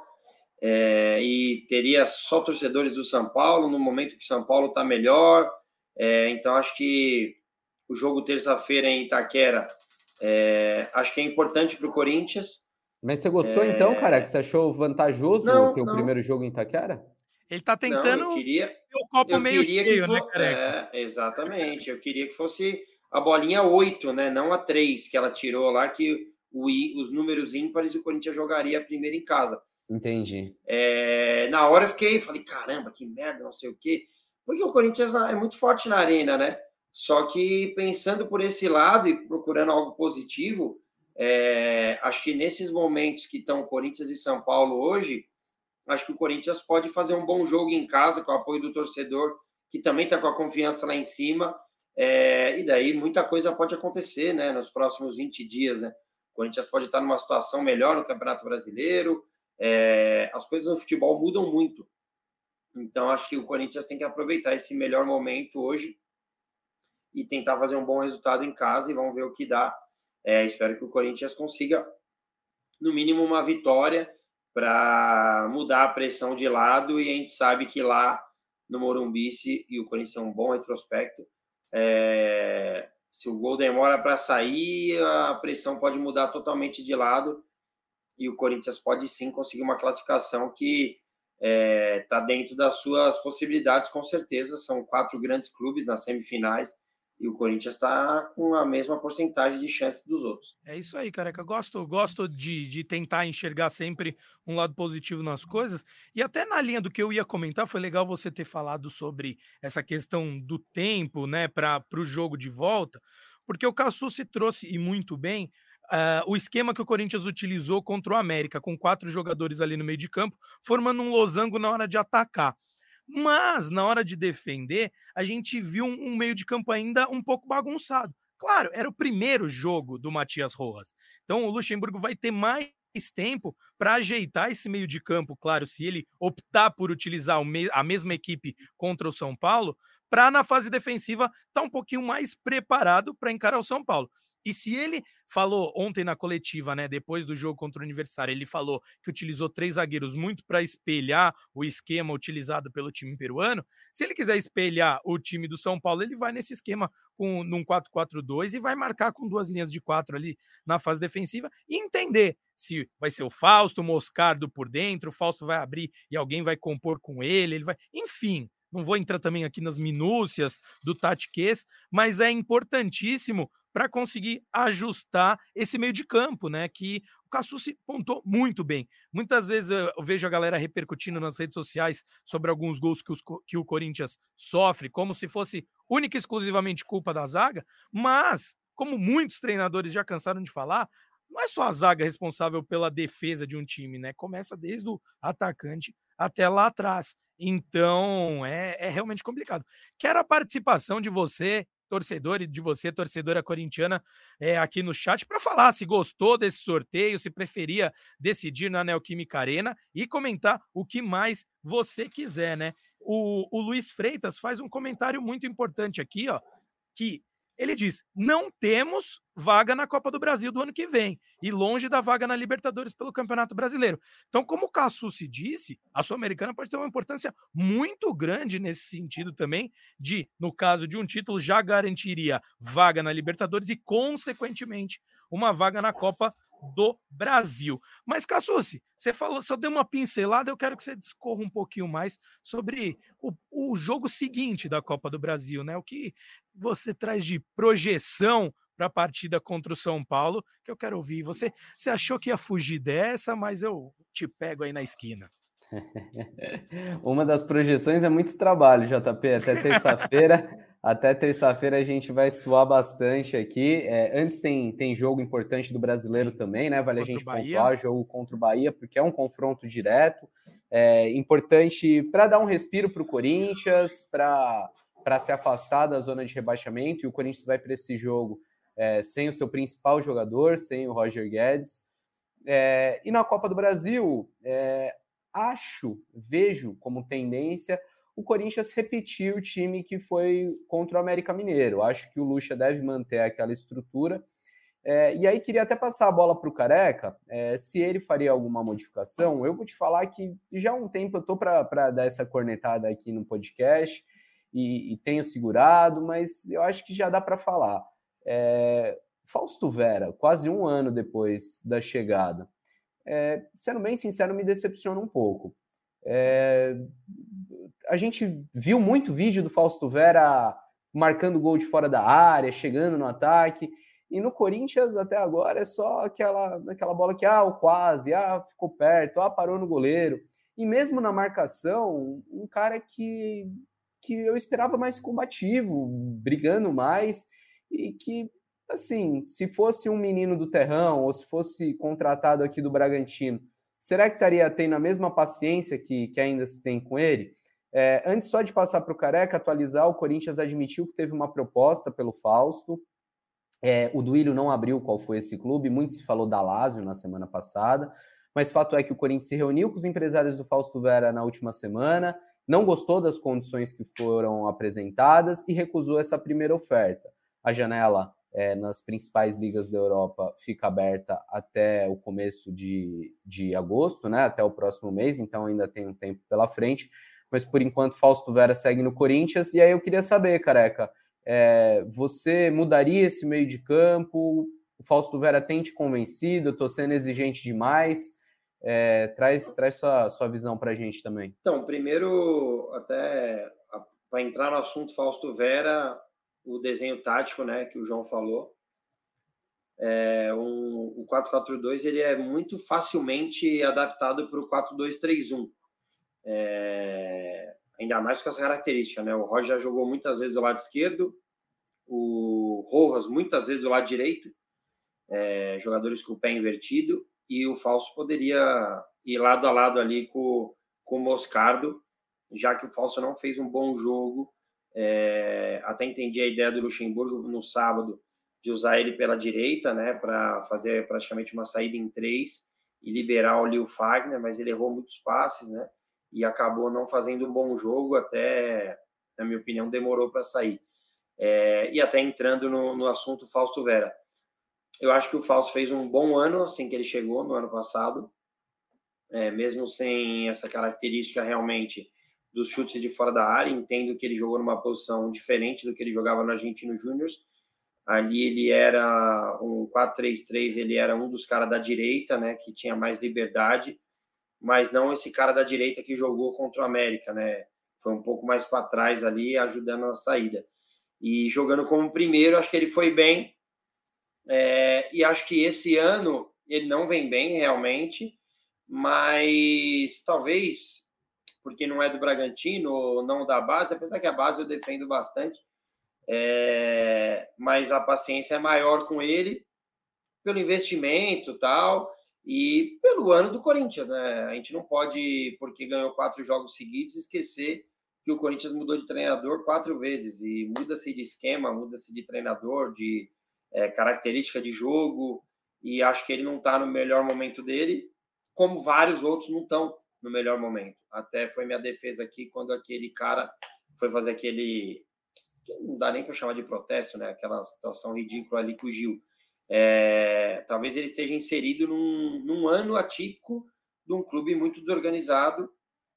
E teria só torcedores do São Paulo, no momento que o São Paulo está melhor. Então, acho que o jogo terça-feira em Itaquera, acho que é importante para o Corinthians. Mas você gostou então, cara? Que você achou vantajoso o teu primeiro jogo em Itaquera? Ele tá tentando ter o copo meio cheio, né, Careca? Exatamente. Eu queria que fosse a bolinha 8, né? Não a 3 que ela tirou lá, que os números ímpares o Corinthians jogaria primeiro em casa. Entendi. Na hora eu falei, caramba, que merda, não sei o quê. Porque o Corinthians é muito forte na arena, né? Só que pensando por esse lado e procurando algo positivo, Acho que nesses momentos que estão Corinthians e São Paulo hoje, acho que o Corinthians pode fazer um bom jogo em casa, com o apoio do torcedor, que também está com a confiança lá em cima, e daí muita coisa pode acontecer, né, nos próximos 20 dias, né? O Corinthians pode estar numa situação melhor no Campeonato Brasileiro, as coisas no futebol mudam muito. Então, acho que o Corinthians tem que aproveitar esse melhor momento hoje e tentar fazer um bom resultado em casa, e vamos ver o que dá. Espero que o Corinthians consiga, no mínimo, uma vitória para mudar a pressão de lado, e a gente sabe que lá no Morumbi, e o Corinthians é um bom retrospecto, se o gol demora para sair, a pressão pode mudar totalmente de lado, e o Corinthians pode sim conseguir uma classificação que está dentro das suas possibilidades, com certeza. São 4 grandes clubes nas semifinais, e o Corinthians está com a mesma porcentagem de chance dos outros. É isso aí, careca. Gosto de tentar enxergar sempre um lado positivo nas coisas. E até na linha do que eu ia comentar, foi legal você ter falado sobre essa questão do tempo, né, para o jogo de volta, porque o Cassu se trouxe, e muito bem, o esquema que o Corinthians utilizou contra o América, com 4 jogadores ali no meio de campo, formando um losango na hora de atacar. Mas, na hora de defender, a gente viu um meio de campo ainda um pouco bagunçado. Claro, era o primeiro jogo do Matias Rojas. Então, o Luxemburgo vai ter mais tempo para ajeitar esse meio de campo, claro, se ele optar por utilizar a mesma equipe contra o São Paulo, para na fase defensiva estar tá um pouquinho mais preparado para encarar o São Paulo. E se ele falou ontem na coletiva, né, depois do jogo contra o Universitário, ele falou que utilizou 3 zagueiros muito para espelhar o esquema utilizado pelo time peruano. Se ele quiser espelhar o time do São Paulo, ele vai nesse esquema num 4-4-2 e vai marcar com 2 linhas de 4 ali na fase defensiva e entender se vai ser o Fausto, o Moscardo por dentro, o Fausto vai abrir e alguém vai compor com ele vai... Enfim, não vou entrar também aqui nas minúcias do tatiquês, mas é importantíssimo para conseguir ajustar esse meio de campo, né? Que o Cassu se pontou muito bem. Muitas vezes eu vejo a galera repercutindo nas redes sociais sobre alguns gols que o Corinthians sofre, como se fosse única e exclusivamente culpa da zaga, mas, como muitos treinadores já cansaram de falar, não é só a zaga responsável pela defesa de um time, né? Começa desde o atacante até lá atrás. Então, é realmente complicado. Quero a participação de você, torcedor, e de você, torcedora corintiana, aqui no chat, para falar se gostou desse sorteio, se preferia decidir na Neoquímica Arena e comentar o que mais você quiser, né? O Luiz Freitas faz um comentário muito importante aqui, ó, que ele diz: não temos vaga na Copa do Brasil do ano que vem e longe da vaga na Libertadores pelo Campeonato Brasileiro. Então, como o Cassu se disse, a Sul-Americana pode ter uma importância muito grande nesse sentido também, no caso de um título, já garantiria vaga na Libertadores e, consequentemente, uma vaga na Copa do Brasil. Mas, Cassucci, você falou, só deu uma pincelada, eu quero que você discorra um pouquinho mais sobre o jogo seguinte da Copa do Brasil, né? O que você traz de projeção para a partida contra o São Paulo, que eu quero ouvir. Você achou que ia fugir dessa, mas eu te pego aí na esquina. Uma das projeções é muito trabalho, JP, até terça-feira. Até terça-feira a gente vai suar bastante aqui. Antes tem jogo importante do Brasileiro também, né? Vale contra a gente pontuar, jogo contra o Bahia, porque é um confronto direto. Importante para dar um respiro para o Corinthians, para se afastar da zona de rebaixamento. E o Corinthians vai para esse jogo sem o seu principal jogador, sem o Roger Guedes. E na Copa do Brasil, vejo como tendência o Corinthians repetir o time que foi contra o América Mineiro. Acho que o Lucha deve manter aquela estrutura. E aí queria até passar a bola para o Careca, se ele faria alguma modificação. Eu vou te falar que já há um tempo eu estou para dar essa cornetada aqui no podcast e tenho segurado, mas eu acho que já dá para falar. Fausto Vera, quase um ano depois da chegada, sendo bem sincero, me decepciona um pouco. A gente viu muito vídeo do Fausto Vera marcando gol de fora da área, chegando no ataque, e no Corinthians até agora é só aquela bola que o quase, ficou perto, parou no goleiro. E mesmo na marcação, um cara que eu esperava mais combativo, brigando mais, e que assim, se fosse um menino do terrão ou se fosse contratado aqui do Bragantino, será que estaria tendo a mesma paciência que ainda se tem com ele? Antes só de passar para o Careca atualizar, o Corinthians admitiu que teve uma proposta pelo Fausto. O Duílio não abriu qual foi esse clube, muito se falou da Lazio na semana passada, mas fato é que o Corinthians se reuniu com os empresários do Fausto Vera na última semana, não gostou das condições que foram apresentadas e recusou essa primeira oferta. A janela nas principais ligas da Europa fica aberta até o começo de agosto, né? Até o próximo mês, então ainda tem um tempo pela frente, mas por enquanto Fausto Vera segue no Corinthians. E aí eu queria saber, Careca, você mudaria esse meio de campo? O Fausto Vera tem te convencido? Eu estou sendo exigente demais? Traz sua visão para a gente também. Então, primeiro, até para entrar no assunto Fausto Vera, o desenho tático, né, que o João falou, o 4-4-2 ele é muito facilmente adaptado para o 4-2-3-1. Ainda mais com essa característica, né? O Roger já jogou muitas vezes do lado esquerdo, o Rojas muitas vezes do lado direito, jogadores com o pé invertido, e o Fausto poderia ir lado a lado ali com o Moscardo, já que o Fausto não fez um bom jogo. Até entendi a ideia do Luxemburgo no sábado de usar ele pela direita, né, para fazer praticamente uma saída em 3 e liberar ali o Fagner, mas ele errou muitos passes, né, e acabou não fazendo um bom jogo, até, na minha opinião, demorou para sair. E até entrando no assunto Fausto Vera, eu acho que o Fausto fez um bom ano assim que ele chegou no ano passado, mesmo sem essa característica realmente dos chutes de fora da área. Entendo que ele jogou numa posição diferente do que ele jogava no Argentino Júnior. Ali ele era um 4-3-3, ele era um dos caras da direita, né, que tinha mais liberdade, mas não esse cara da direita que jogou contra o América, né? Foi um pouco mais para trás ali, ajudando na saída. E jogando como primeiro, acho que ele foi bem. E acho que esse ano ele não vem bem realmente, mas talvez porque não é do Bragantino ou não da base, apesar que a base eu defendo bastante, mas a paciência é maior com ele pelo investimento e tal, e pelo ano do Corinthians, né? A gente não pode, porque ganhou 4 jogos seguidos, esquecer que o Corinthians mudou de treinador 4 vezes, e muda-se de esquema, muda-se de treinador, de característica de jogo, e acho que ele não está no melhor momento dele, como vários outros não estão no melhor momento. Até foi minha defesa aqui quando aquele cara foi fazer aquele, não dá nem para chamar de protesto, né? Aquela situação ridícula ali com o Gil. Talvez ele esteja inserido num ano atípico de um clube muito desorganizado.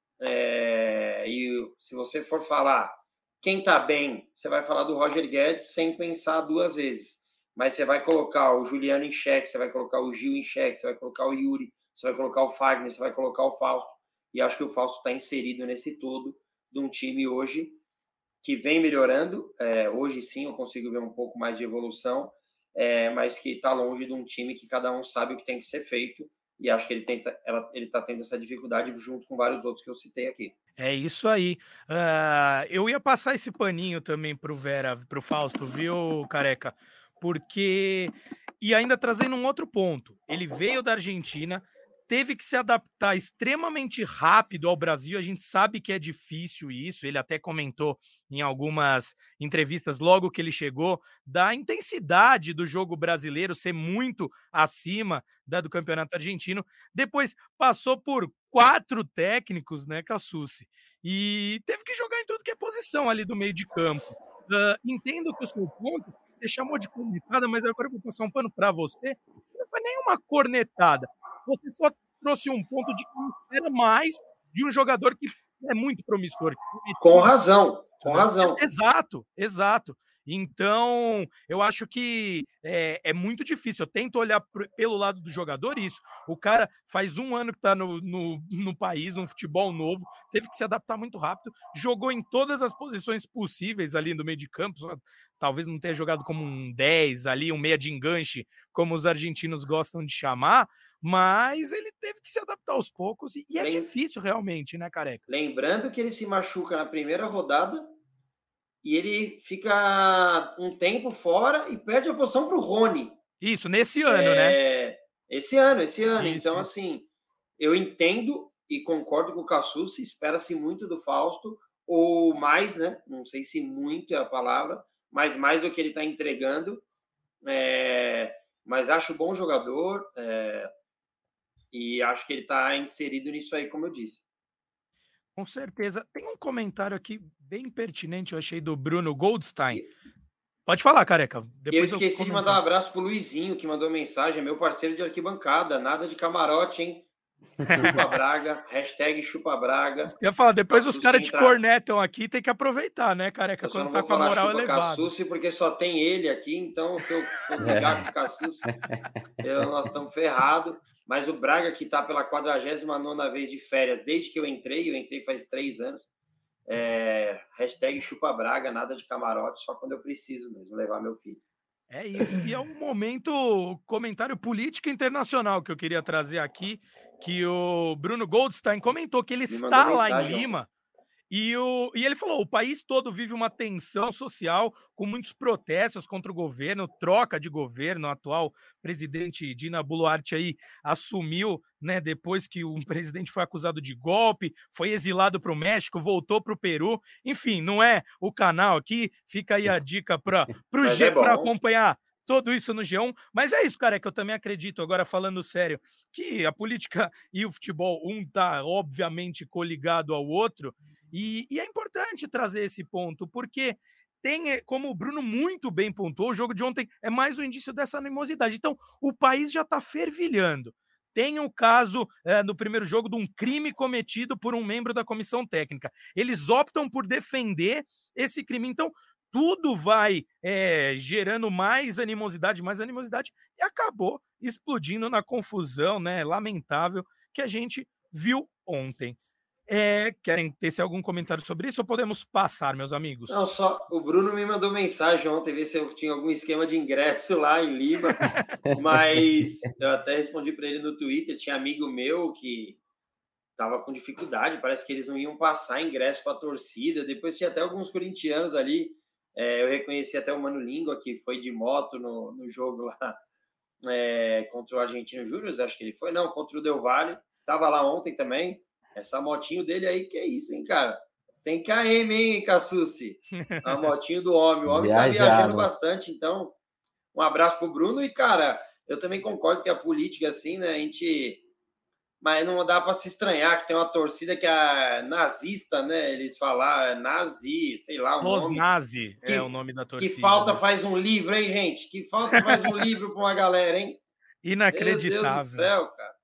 E se você for falar quem está bem, você vai falar do Roger Guedes sem pensar 2 vezes. Mas você vai colocar o Juliano em xeque, você vai colocar o Gil em xeque, você vai colocar o Yuri, você vai colocar o Fagner, você vai colocar o Fausto. E acho que o Fausto está inserido nesse todo de um time hoje que vem melhorando. Hoje sim eu consigo ver um pouco mais de evolução, mas que está longe de um time que cada um sabe o que tem que ser feito. E acho que ele está tendo essa dificuldade junto com vários outros que eu citei aqui. É isso aí. Eu ia passar esse paninho também pro Fausto, viu, Careca? Porque, e ainda trazendo um outro ponto, ele veio da Argentina, teve que se adaptar extremamente rápido ao Brasil. A gente sabe que é difícil isso. Ele até comentou em algumas entrevistas logo que ele chegou da intensidade do jogo brasileiro ser muito acima da do campeonato argentino. Depois passou por 4 técnicos, né, Cassucci? E teve que jogar em tudo que é posição ali do meio de campo. Entendo que o seu ponto, você chamou de cornetada, mas agora eu vou passar um pano para você. Não foi nenhuma cornetada. Você só trouxe um ponto de que não espera mais de um jogador que é muito promissor. Com razão, com razão. Exato. Então, eu acho que é muito difícil. Eu tento olhar pelo lado do jogador isso. O cara faz 1 ano que está no país, num futebol novo, teve que se adaptar muito rápido, jogou em todas as posições possíveis ali no meio de campo, talvez não tenha jogado como um 10 ali, um meia de enganche, como os argentinos gostam de chamar, mas ele teve que se adaptar aos poucos e é difícil realmente, né, Careca? Lembrando que ele se machuca na primeira rodada e ele fica um tempo fora e perde a posição para o Rony. Isso, nesse ano, né? Esse ano. Isso, Então, isso. assim, eu entendo e concordo com o Cassucci, espera-se muito do Fausto, ou mais, né? Não sei se muito é a palavra, mas mais do que ele está entregando. Mas acho bom jogador e acho que ele está inserido nisso aí, como eu disse. Com certeza. Tem um comentário aqui bem pertinente, eu achei, do Bruno Goldstein. Pode falar, Careca. Eu esqueci de mandar um abraço pro Luizinho, que mandou mensagem, meu parceiro de arquibancada, nada de camarote, hein? Chupa Braga, hashtag Chupa Braga. Eu ia falar, depois os caras te cornetam aqui, tem que aproveitar, né, Careca, quando tá com a moral elevada. Cassucci, porque só tem ele aqui, então se eu for brigar com o Cassucci, nós estamos ferrados. Mas o Braga, que está pela 49ª vez de férias, desde que eu entrei faz 3 anos, hashtag Chupa Braga, nada de camarote, só quando eu preciso mesmo levar meu filho. É isso. E é um momento comentário política internacional que eu queria trazer aqui, que o Bruno Goldstein comentou que ele está lá em Lima. E ele falou: o país todo vive uma tensão social com muitos protestos contra o governo, troca de governo. O atual presidente Dina Boluarte aí assumiu, né, depois que um presidente foi acusado de golpe, foi exilado para o México, voltou para o Peru. Enfim, não é o canal aqui, fica aí a dica para o G para acompanhar tudo isso no G1, mas é isso, cara, é que eu também acredito, agora falando sério, que a política e o futebol, um tá obviamente coligado ao outro, e é importante trazer esse ponto, porque tem, como o Bruno muito bem pontuou, o jogo de ontem é mais um indício dessa animosidade. Então, o país já está fervilhando. Tem um caso no primeiro jogo de um crime cometido por um membro da comissão técnica. Eles optam por defender esse crime. Então, tudo vai gerando mais animosidade, e acabou explodindo na confusão, né, lamentável, que a gente viu ontem. Querem ter algum comentário sobre isso ou podemos passar, meus amigos? Não, só o Bruno me mandou mensagem ontem, ver se eu tinha algum esquema de ingresso lá em Lima, mas eu até respondi para ele no Twitter, tinha amigo meu que estava com dificuldade, parece que eles não iam passar ingresso para a torcida, depois tinha até alguns corintianos ali, eu reconheci até o Mano Língua, que foi de moto no jogo lá contra o Argentino Júnior, acho que ele foi, não, contra o Del Valle, estava lá ontem também, essa motinho dele aí, que é isso, hein, cara? Tem KM, hein, Cassucci? A motinho do homem. O homem tá viajando bastante, então um abraço pro Bruno. E, cara, eu também concordo que a política, assim, né, a gente... Mas não dá para se estranhar que tem uma torcida que é nazista, né? Eles falam nazi, sei lá o nome. Nazi é o nome da torcida. Que falta faz um livro, hein, gente? Que falta faz um livro para uma galera, hein? Inacreditável. Meu Deus do céu, cara.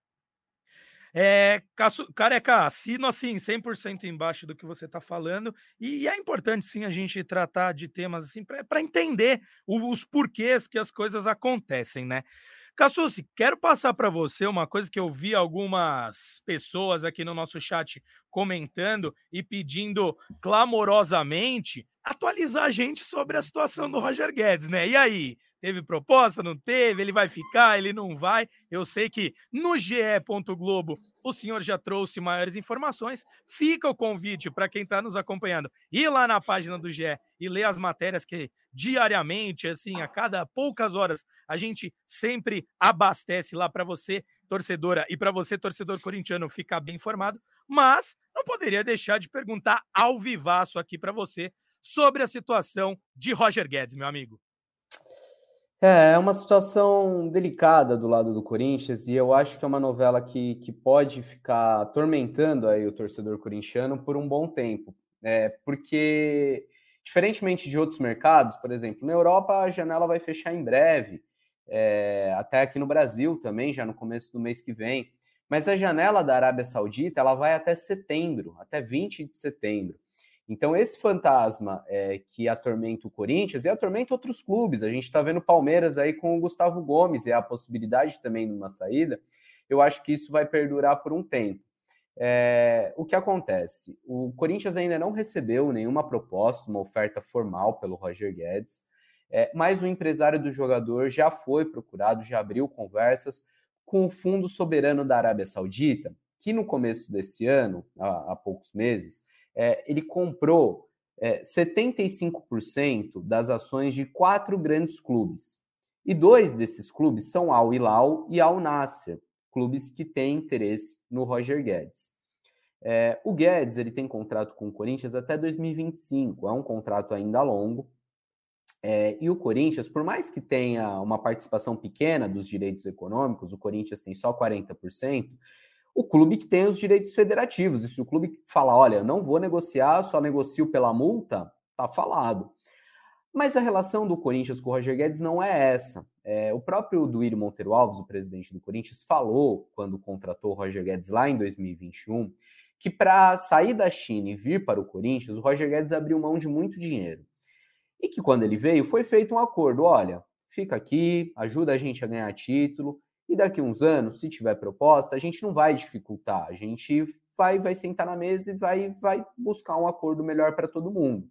Careca, assino assim 100% embaixo do que você está falando, e é importante sim a gente tratar de temas assim para entender os porquês que as coisas acontecem, né? Cassucci, quero passar para você uma coisa que eu vi algumas pessoas aqui no nosso chat comentando e pedindo clamorosamente atualizar a gente sobre a situação do Roger Guedes, né? E aí? Teve proposta, não teve? Ele vai ficar, ele não vai? Eu sei que no GE. Globo o senhor já trouxe maiores informações. Fica o convite para quem está nos acompanhando ir lá na página do GE e ler as matérias que diariamente, assim, a cada poucas horas, a gente sempre abastece lá para você, torcedora, e para você, torcedor corintiano, ficar bem informado. Mas não poderia deixar de perguntar ao vivaço aqui para você sobre a situação de Roger Guedes, meu amigo. É uma situação delicada do lado do Corinthians e eu acho que é uma novela que pode ficar atormentando aí o torcedor corintiano por um bom tempo. Porque, diferentemente de outros mercados, por exemplo, na Europa a janela vai fechar em breve, até aqui no Brasil também, já no começo do mês que vem. Mas a janela da Arábia Saudita ela vai até setembro, até 20 de setembro. Então, esse fantasma que atormenta o Corinthians e atormenta outros clubes. A gente está vendo o Palmeiras aí com o Gustavo Gomes e a possibilidade também de uma saída. Eu acho que isso vai perdurar por um tempo. O que acontece? O Corinthians ainda não recebeu nenhuma proposta, uma oferta formal pelo Roger Guedes, mas o empresário do jogador já foi procurado, já abriu conversas com o Fundo Soberano da Arábia Saudita, que no começo desse ano, há poucos meses, ele comprou 75% das ações de 4 grandes clubes. E 2 desses clubes são Al Hilal e Al Nassr, clubes que têm interesse no Roger Guedes. O Guedes ele tem contrato com o Corinthians até 2025, é um contrato ainda longo. E o Corinthians, por mais que tenha uma participação pequena dos direitos econômicos, o Corinthians tem só 40%, o clube que tem os direitos federativos. E se o clube fala, olha, não vou negociar, só negocio pela multa, tá falado. Mas a relação do Corinthians com o Roger Guedes não é essa. O próprio Duílio Monteiro Alves, o presidente do Corinthians, falou, quando contratou o Roger Guedes lá em 2021, que para sair da China e vir para o Corinthians, o Roger Guedes abriu mão de muito dinheiro. E que quando ele veio, foi feito um acordo, olha, fica aqui, ajuda a gente a ganhar título, e daqui uns anos, se tiver proposta, a gente não vai dificultar, a gente vai sentar na mesa e vai buscar um acordo melhor para todo mundo.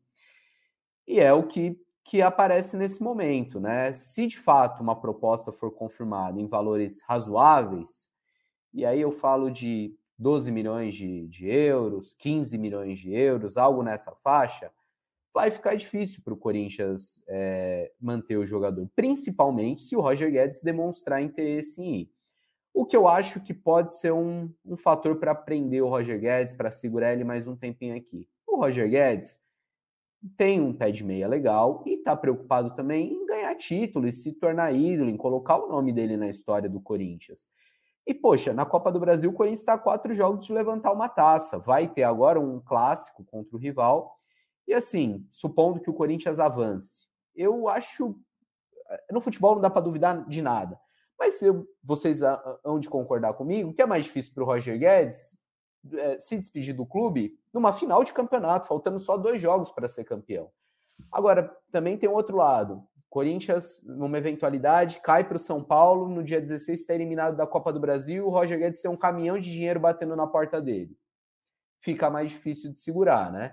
E é o que aparece nesse momento, né? Se de fato uma proposta for confirmada em valores razoáveis, e aí eu falo de 12 milhões de euros, 15 milhões de euros, algo nessa faixa, vai ficar difícil para o Corinthians manter o jogador, principalmente se o Roger Guedes demonstrar interesse em ir. O que eu acho que pode ser um fator para prender o Roger Guedes, para segurar ele mais um tempinho aqui. O Roger Guedes tem um pé de meia legal e está preocupado também em ganhar título e se tornar ídolo, em colocar o nome dele na história do Corinthians. E, poxa, na Copa do Brasil, o Corinthians está a 4 jogos de levantar uma taça. Vai ter agora um clássico contra o rival. E assim, supondo que o Corinthians avance, eu acho... No futebol não dá para duvidar de nada. Mas vocês hão de concordar comigo que é mais difícil para o Roger Guedes se despedir do clube numa final de campeonato, faltando só 2 jogos para ser campeão. Agora, também tem um outro lado. Corinthians, numa eventualidade, cai para o São Paulo, no dia 16 está eliminado da Copa do Brasil, o Roger Guedes tem um caminhão de dinheiro batendo na porta dele. Fica mais difícil de segurar, né?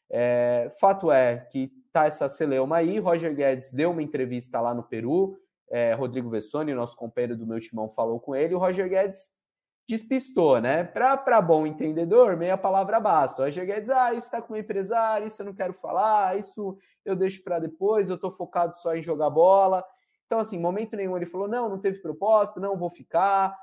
Fato é que tá essa celeuma aí, Roger Guedes deu uma entrevista lá no Peru, Rodrigo Vessoni, nosso companheiro do meu timão, falou com ele, o Roger Guedes despistou, né? Para bom entendedor, meia palavra basta. O Roger Guedes, isso tá com o empresário, isso eu não quero falar, isso eu deixo para depois, eu tô focado só em jogar bola. Então, assim, em momento nenhum ele falou, não teve proposta, não vou ficar,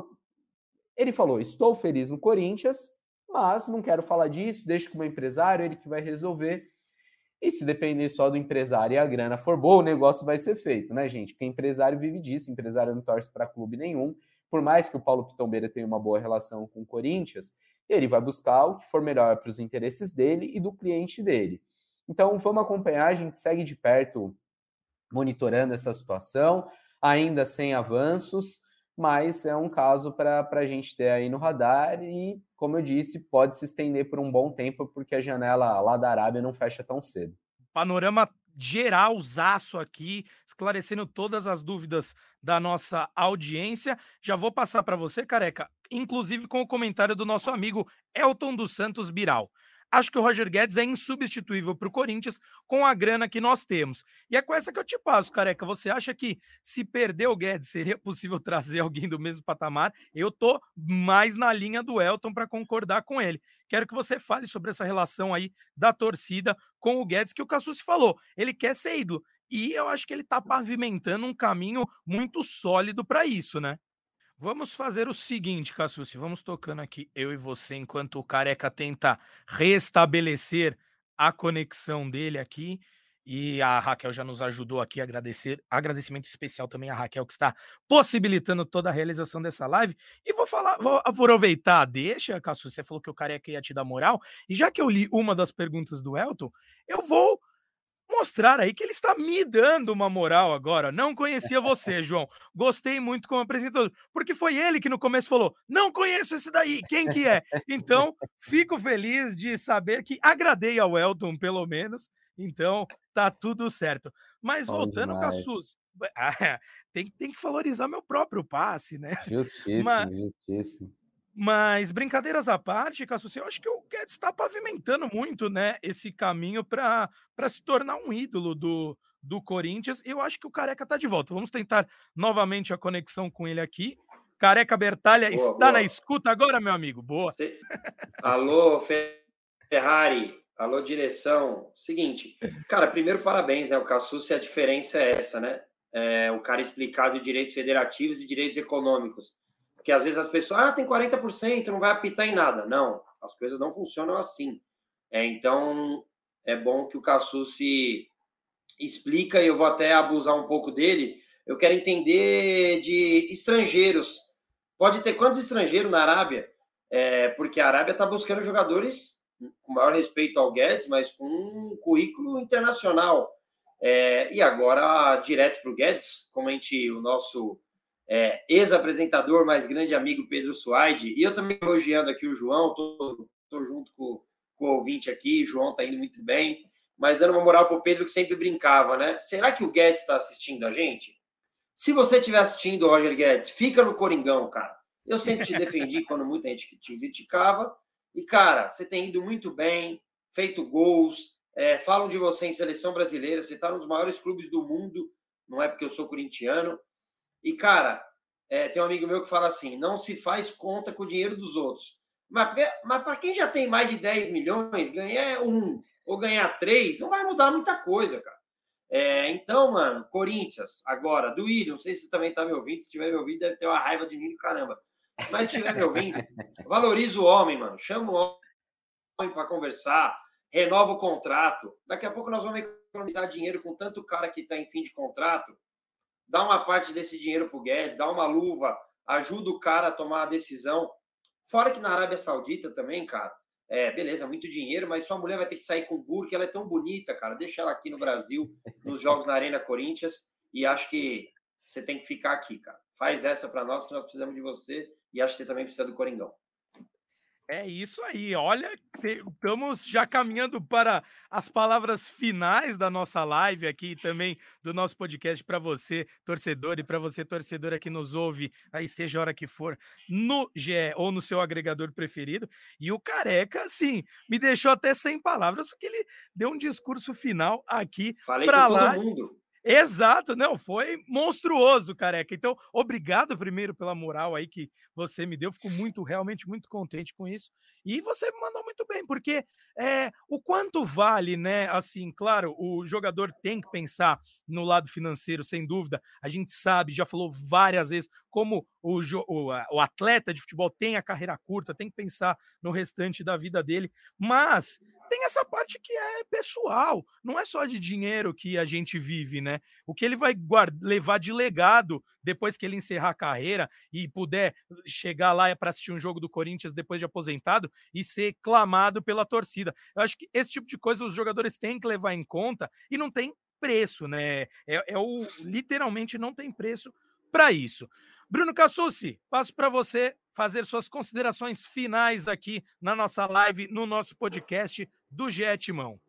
Ele falou, estou feliz no Corinthians, mas não quero falar disso, deixo com o meu empresário, ele que vai resolver. E se depender só do empresário e a grana for boa, o negócio vai ser feito, né, gente? Porque empresário vive disso, empresário não torce para clube nenhum. Por mais que o Paulo Pitombeira tenha uma boa relação com o Corinthians, ele vai buscar o que for melhor para os interesses dele e do cliente dele. Então, vamos acompanhar, a gente segue de perto monitorando essa situação, ainda sem avanços, mas é um caso para a gente ter aí no radar e, como eu disse, pode se estender por um bom tempo, porque a janela lá da Arábia não fecha tão cedo. Panorama geralzaço aqui, esclarecendo todas as dúvidas da nossa audiência. Já vou passar para você, Careca, inclusive com o comentário do nosso amigo Elton dos Santos Biral. Acho que o Roger Guedes é insubstituível para o Corinthians com a grana que nós temos. E é com essa que eu te passo, Careca. Você acha que se perder o Guedes seria possível trazer alguém do mesmo patamar? Eu tô mais na linha do Elton para concordar com ele. Quero que você fale sobre essa relação aí da torcida com o Guedes, que o Cassucci falou. Ele quer ser ídolo. E eu acho que ele está pavimentando um caminho muito sólido para isso, né? Vamos fazer o seguinte, Cassucci, vamos tocando aqui eu e você, enquanto o Careca tenta restabelecer a conexão dele aqui, e a Raquel já nos ajudou aqui a agradecimento especial também à Raquel, que está possibilitando toda a realização dessa live, e vou aproveitar, deixa, Cassucci, você falou que o Careca ia te dar moral, e já que eu li uma das perguntas do Elton, eu vou mostrar aí que ele está me dando uma moral agora. Não conhecia você, João. Gostei muito como apresentador, porque foi ele que no começo falou: não conheço esse daí, quem que é? Então, fico feliz de saber que agradei ao Elton, pelo menos. Então, tá tudo certo. Mas voltando, Cassus, tem que valorizar meu próprio passe, né? Justíssimo. Mas brincadeiras à parte, Cassucci, eu acho que o Guedes está pavimentando muito, né, esse caminho para se tornar um ídolo do Corinthians. E eu acho que o Careca está de volta. Vamos tentar novamente a conexão com ele aqui. Careca Bertalha está na escuta agora, meu amigo. Boa. Alô, Ferrari. Alô, direção. Seguinte, cara, primeiro parabéns, né? O Cassucci, a diferença é essa, né? O cara explicado de direitos federativos e direitos econômicos. Porque às vezes as pessoas, tem 40%, não vai apitar em nada. Não, as coisas não funcionam assim. Então, é bom que o Cassucci explica, e eu vou até abusar um pouco dele. Eu quero entender de estrangeiros. Pode ter quantos estrangeiros na Arábia? Porque a Arábia está buscando jogadores, com maior respeito ao Guedes, mas com um currículo internacional. E agora, direto para o Guedes, como o nosso ex-apresentador, mais grande amigo Pedro Suaide, e eu também elogiando aqui o João, estou junto com o ouvinte aqui, o João está indo muito bem, mas dando uma moral para o Pedro, que sempre brincava, né? Será que o Guedes está assistindo a gente? Se você estiver assistindo o Roger Guedes, fica no Coringão, cara. Eu sempre te defendi quando muita gente te criticava. E, cara, você tem ido muito bem, feito gols, falam de você em seleção brasileira, você está num dos maiores clubes do mundo, não é porque eu sou corintiano. E, cara, tem um amigo meu que fala assim, não se faz conta com o dinheiro dos outros. Mas para quem já tem mais de 10 milhões, ganhar 1 ou ganhar 3, não vai mudar muita coisa, cara. Então, mano, Corinthians, agora, do Willian, não sei se você também tá me ouvindo, se estiver me ouvindo, deve ter uma raiva de mim, caramba. Mas se estiver me ouvindo, valoriza o homem, mano. Chama o homem para conversar, renova o contrato. Daqui a pouco nós vamos economizar dinheiro com tanto cara que tá em fim de contrato. Dá uma parte desse dinheiro pro Guedes, dá uma luva, ajuda o cara a tomar a decisão. Fora que na Arábia Saudita também, cara, beleza, muito dinheiro, mas sua mulher vai ter que sair com o burro, que ela é tão bonita, cara. Deixa ela aqui no Brasil, nos jogos na Arena Corinthians, e acho que você tem que ficar aqui, cara. Faz essa para nós, que nós precisamos de você, e acho que você também precisa do Coringão. É isso aí, olha, estamos já caminhando para as palavras finais da nossa live aqui também do nosso podcast para você, torcedor, e para você, torcedora que nos ouve, aí seja a hora que for, no GE ou no seu agregador preferido. E o Careca, assim, me deixou até sem palavras, porque ele deu um discurso final aqui para lá. Todo mundo. Exato, não, foi monstruoso, Careca. Então, obrigado primeiro pela moral aí que você me deu, fico realmente muito contente com isso. E você mandou muito bem, porque o quanto vale, né? Assim, claro, o jogador tem que pensar no lado financeiro, sem dúvida. A gente sabe, já falou várias vezes, como o atleta de futebol tem a carreira curta, tem que pensar no restante da vida dele, mas tem essa parte que é pessoal, não é só de dinheiro que a gente vive, né? O que ele vai levar de legado depois que ele encerrar a carreira e puder chegar lá para assistir um jogo do Corinthians depois de aposentado e ser clamado pela torcida. Eu acho que esse tipo de coisa os jogadores têm que levar em conta e não tem preço, né? Literalmente não tem preço para isso. Bruno Cassucci, passo para você fazer suas considerações finais aqui na nossa live, no nosso podcast do GE Timão.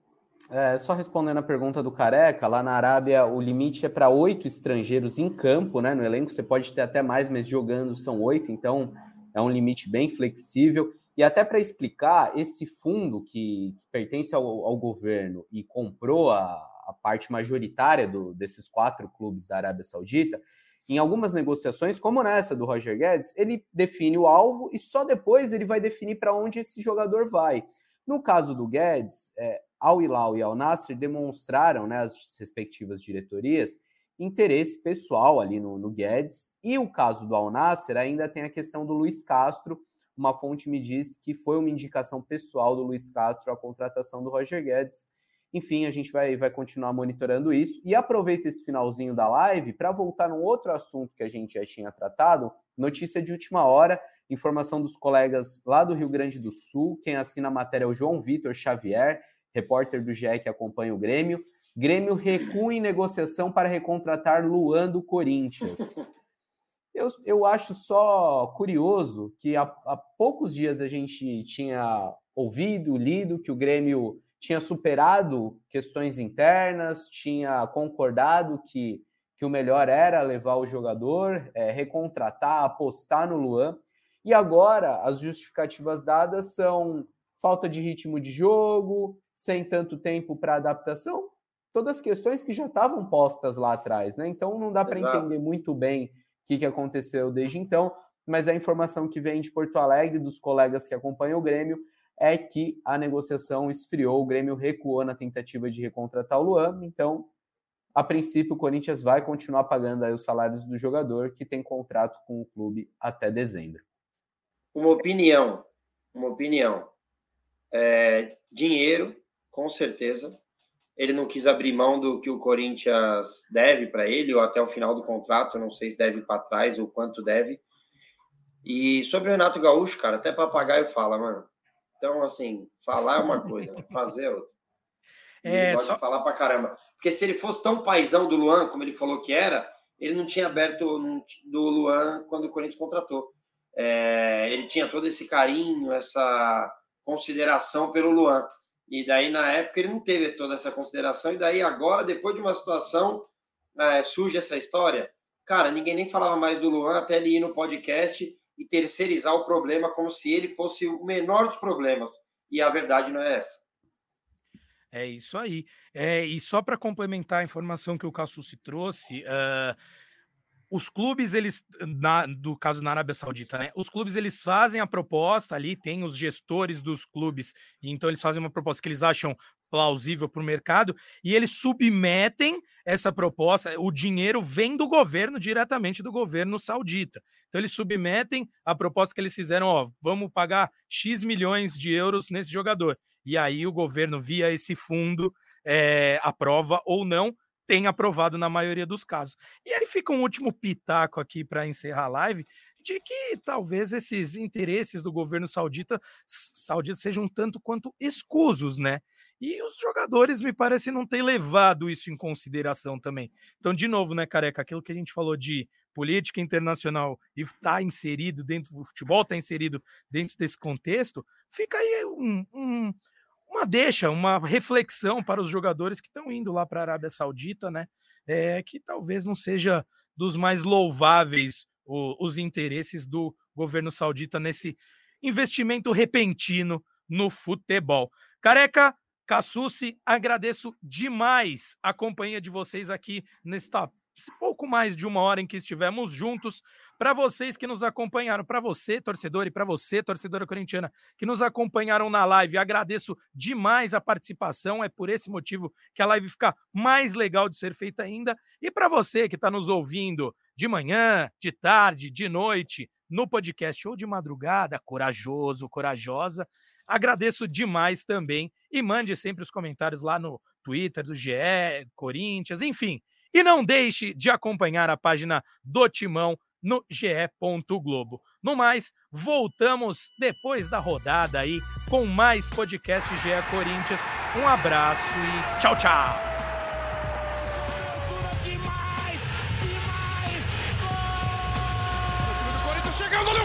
Só respondendo a pergunta do Careca, lá na Arábia o limite é para 8 estrangeiros em campo, né? No elenco você pode ter até mais, mas jogando são 8, então é um limite bem flexível. E até para explicar, esse fundo que pertence ao governo e comprou a parte majoritária desses 4 clubes da Arábia Saudita, em algumas negociações, como nessa do Roger Guedes, ele define o alvo e só depois ele vai definir para onde esse jogador vai. No caso do Guedes, Al Hilal e Al Nassr demonstraram, né, as respectivas diretorias, interesse pessoal ali no Guedes. E o caso do Al Nassr ainda tem a questão do Luiz Castro. Uma fonte me diz que foi uma indicação pessoal do Luiz Castro a contratação do Roger Guedes. Enfim, a gente vai continuar monitorando isso. E aproveita esse finalzinho da live para voltar num outro assunto que a gente já tinha tratado, notícia de última hora, informação dos colegas lá do Rio Grande do Sul. Quem assina a matéria é o João Vitor Xavier, repórter do GE que acompanha o Grêmio. Grêmio recua em negociação para recontratar Luan do Corinthians. Eu acho só curioso que há poucos dias a gente tinha ouvido, lido que o Grêmio tinha superado questões internas, tinha concordado que o melhor era levar o jogador, recontratar, apostar no Luan. E agora as justificativas dadas são falta de ritmo de jogo, sem tanto tempo para adaptação, todas questões que já estavam postas lá atrás, né? Então não dá para entender muito bem o que aconteceu desde então, mas a informação que vem de Porto Alegre, dos colegas que acompanham o Grêmio, é que a negociação esfriou, o Grêmio recuou na tentativa de recontratar o Luan, então, a princípio, o Corinthians vai continuar pagando aí os salários do jogador, que tem contrato com o clube até dezembro. Uma opinião. Dinheiro, com certeza. Ele não quis abrir mão do que o Corinthians deve para ele, ou até o final do contrato, não sei se deve para trás ou quanto deve. E sobre o Renato Gaúcho, cara, até papagaio fala, mano. Então, assim, falar é uma coisa, fazer é outra. Ele gosta de falar pra caramba. Porque se ele fosse tão paizão do Luan, como ele falou que era, ele não tinha aberto do Luan quando o Corinthians contratou. Ele tinha todo esse carinho, essa consideração pelo Luan. E daí, na época, ele não teve toda essa consideração. E daí, agora, depois de uma situação, surge essa história. Cara, ninguém nem falava mais do Luan até ele ir no podcast e terceirizar o problema como se ele fosse o menor dos problemas. E a verdade não é essa. É isso aí. E só para complementar a informação que o Cassucci trouxe, os clubes, eles, do caso na Arábia Saudita, né? Os clubes, eles fazem a proposta ali, tem os gestores dos clubes, e então eles fazem uma proposta que eles acham plausível para o mercado, e eles submetem essa proposta, o dinheiro vem do governo, diretamente do governo saudita. Então eles submetem a proposta que eles fizeram, vamos pagar X milhões de euros nesse jogador. E aí o governo, via esse fundo, aprova ou não, tem aprovado na maioria dos casos. E aí fica um último pitaco aqui para encerrar a live, de que talvez esses interesses do governo saudita sejam um tanto quanto escusos, né? E os jogadores, me parece, não têm levado isso em consideração também. Então, de novo, né, Careca, aquilo que a gente falou de política internacional e está inserido dentro do futebol, está inserido dentro desse contexto, fica aí uma reflexão para os jogadores que estão indo lá para a Arábia Saudita, né? Que talvez não seja dos mais louváveis os interesses do governo saudita nesse investimento repentino no futebol. Careca, Cassucci, agradeço demais a companhia de vocês aqui nesse pouco mais de uma hora em que estivemos juntos. Para vocês que nos acompanharam, para você, torcedor, e para você, torcedora corintiana, que nos acompanharam na live, agradeço demais a participação. É por esse motivo que a live fica mais legal de ser feita ainda. E para você que está nos ouvindo de manhã, de tarde, de noite, no podcast ou de madrugada, corajoso, corajosa, agradeço demais também. E mande sempre os comentários lá no Twitter do GE, Corinthians, enfim. E não deixe de acompanhar a página do Timão no ge.globo. No mais, voltamos depois da rodada aí com mais podcast GE Corinthians. Um abraço e tchau, tchau! Demais! Gol! O time do Corinthians chegando ali!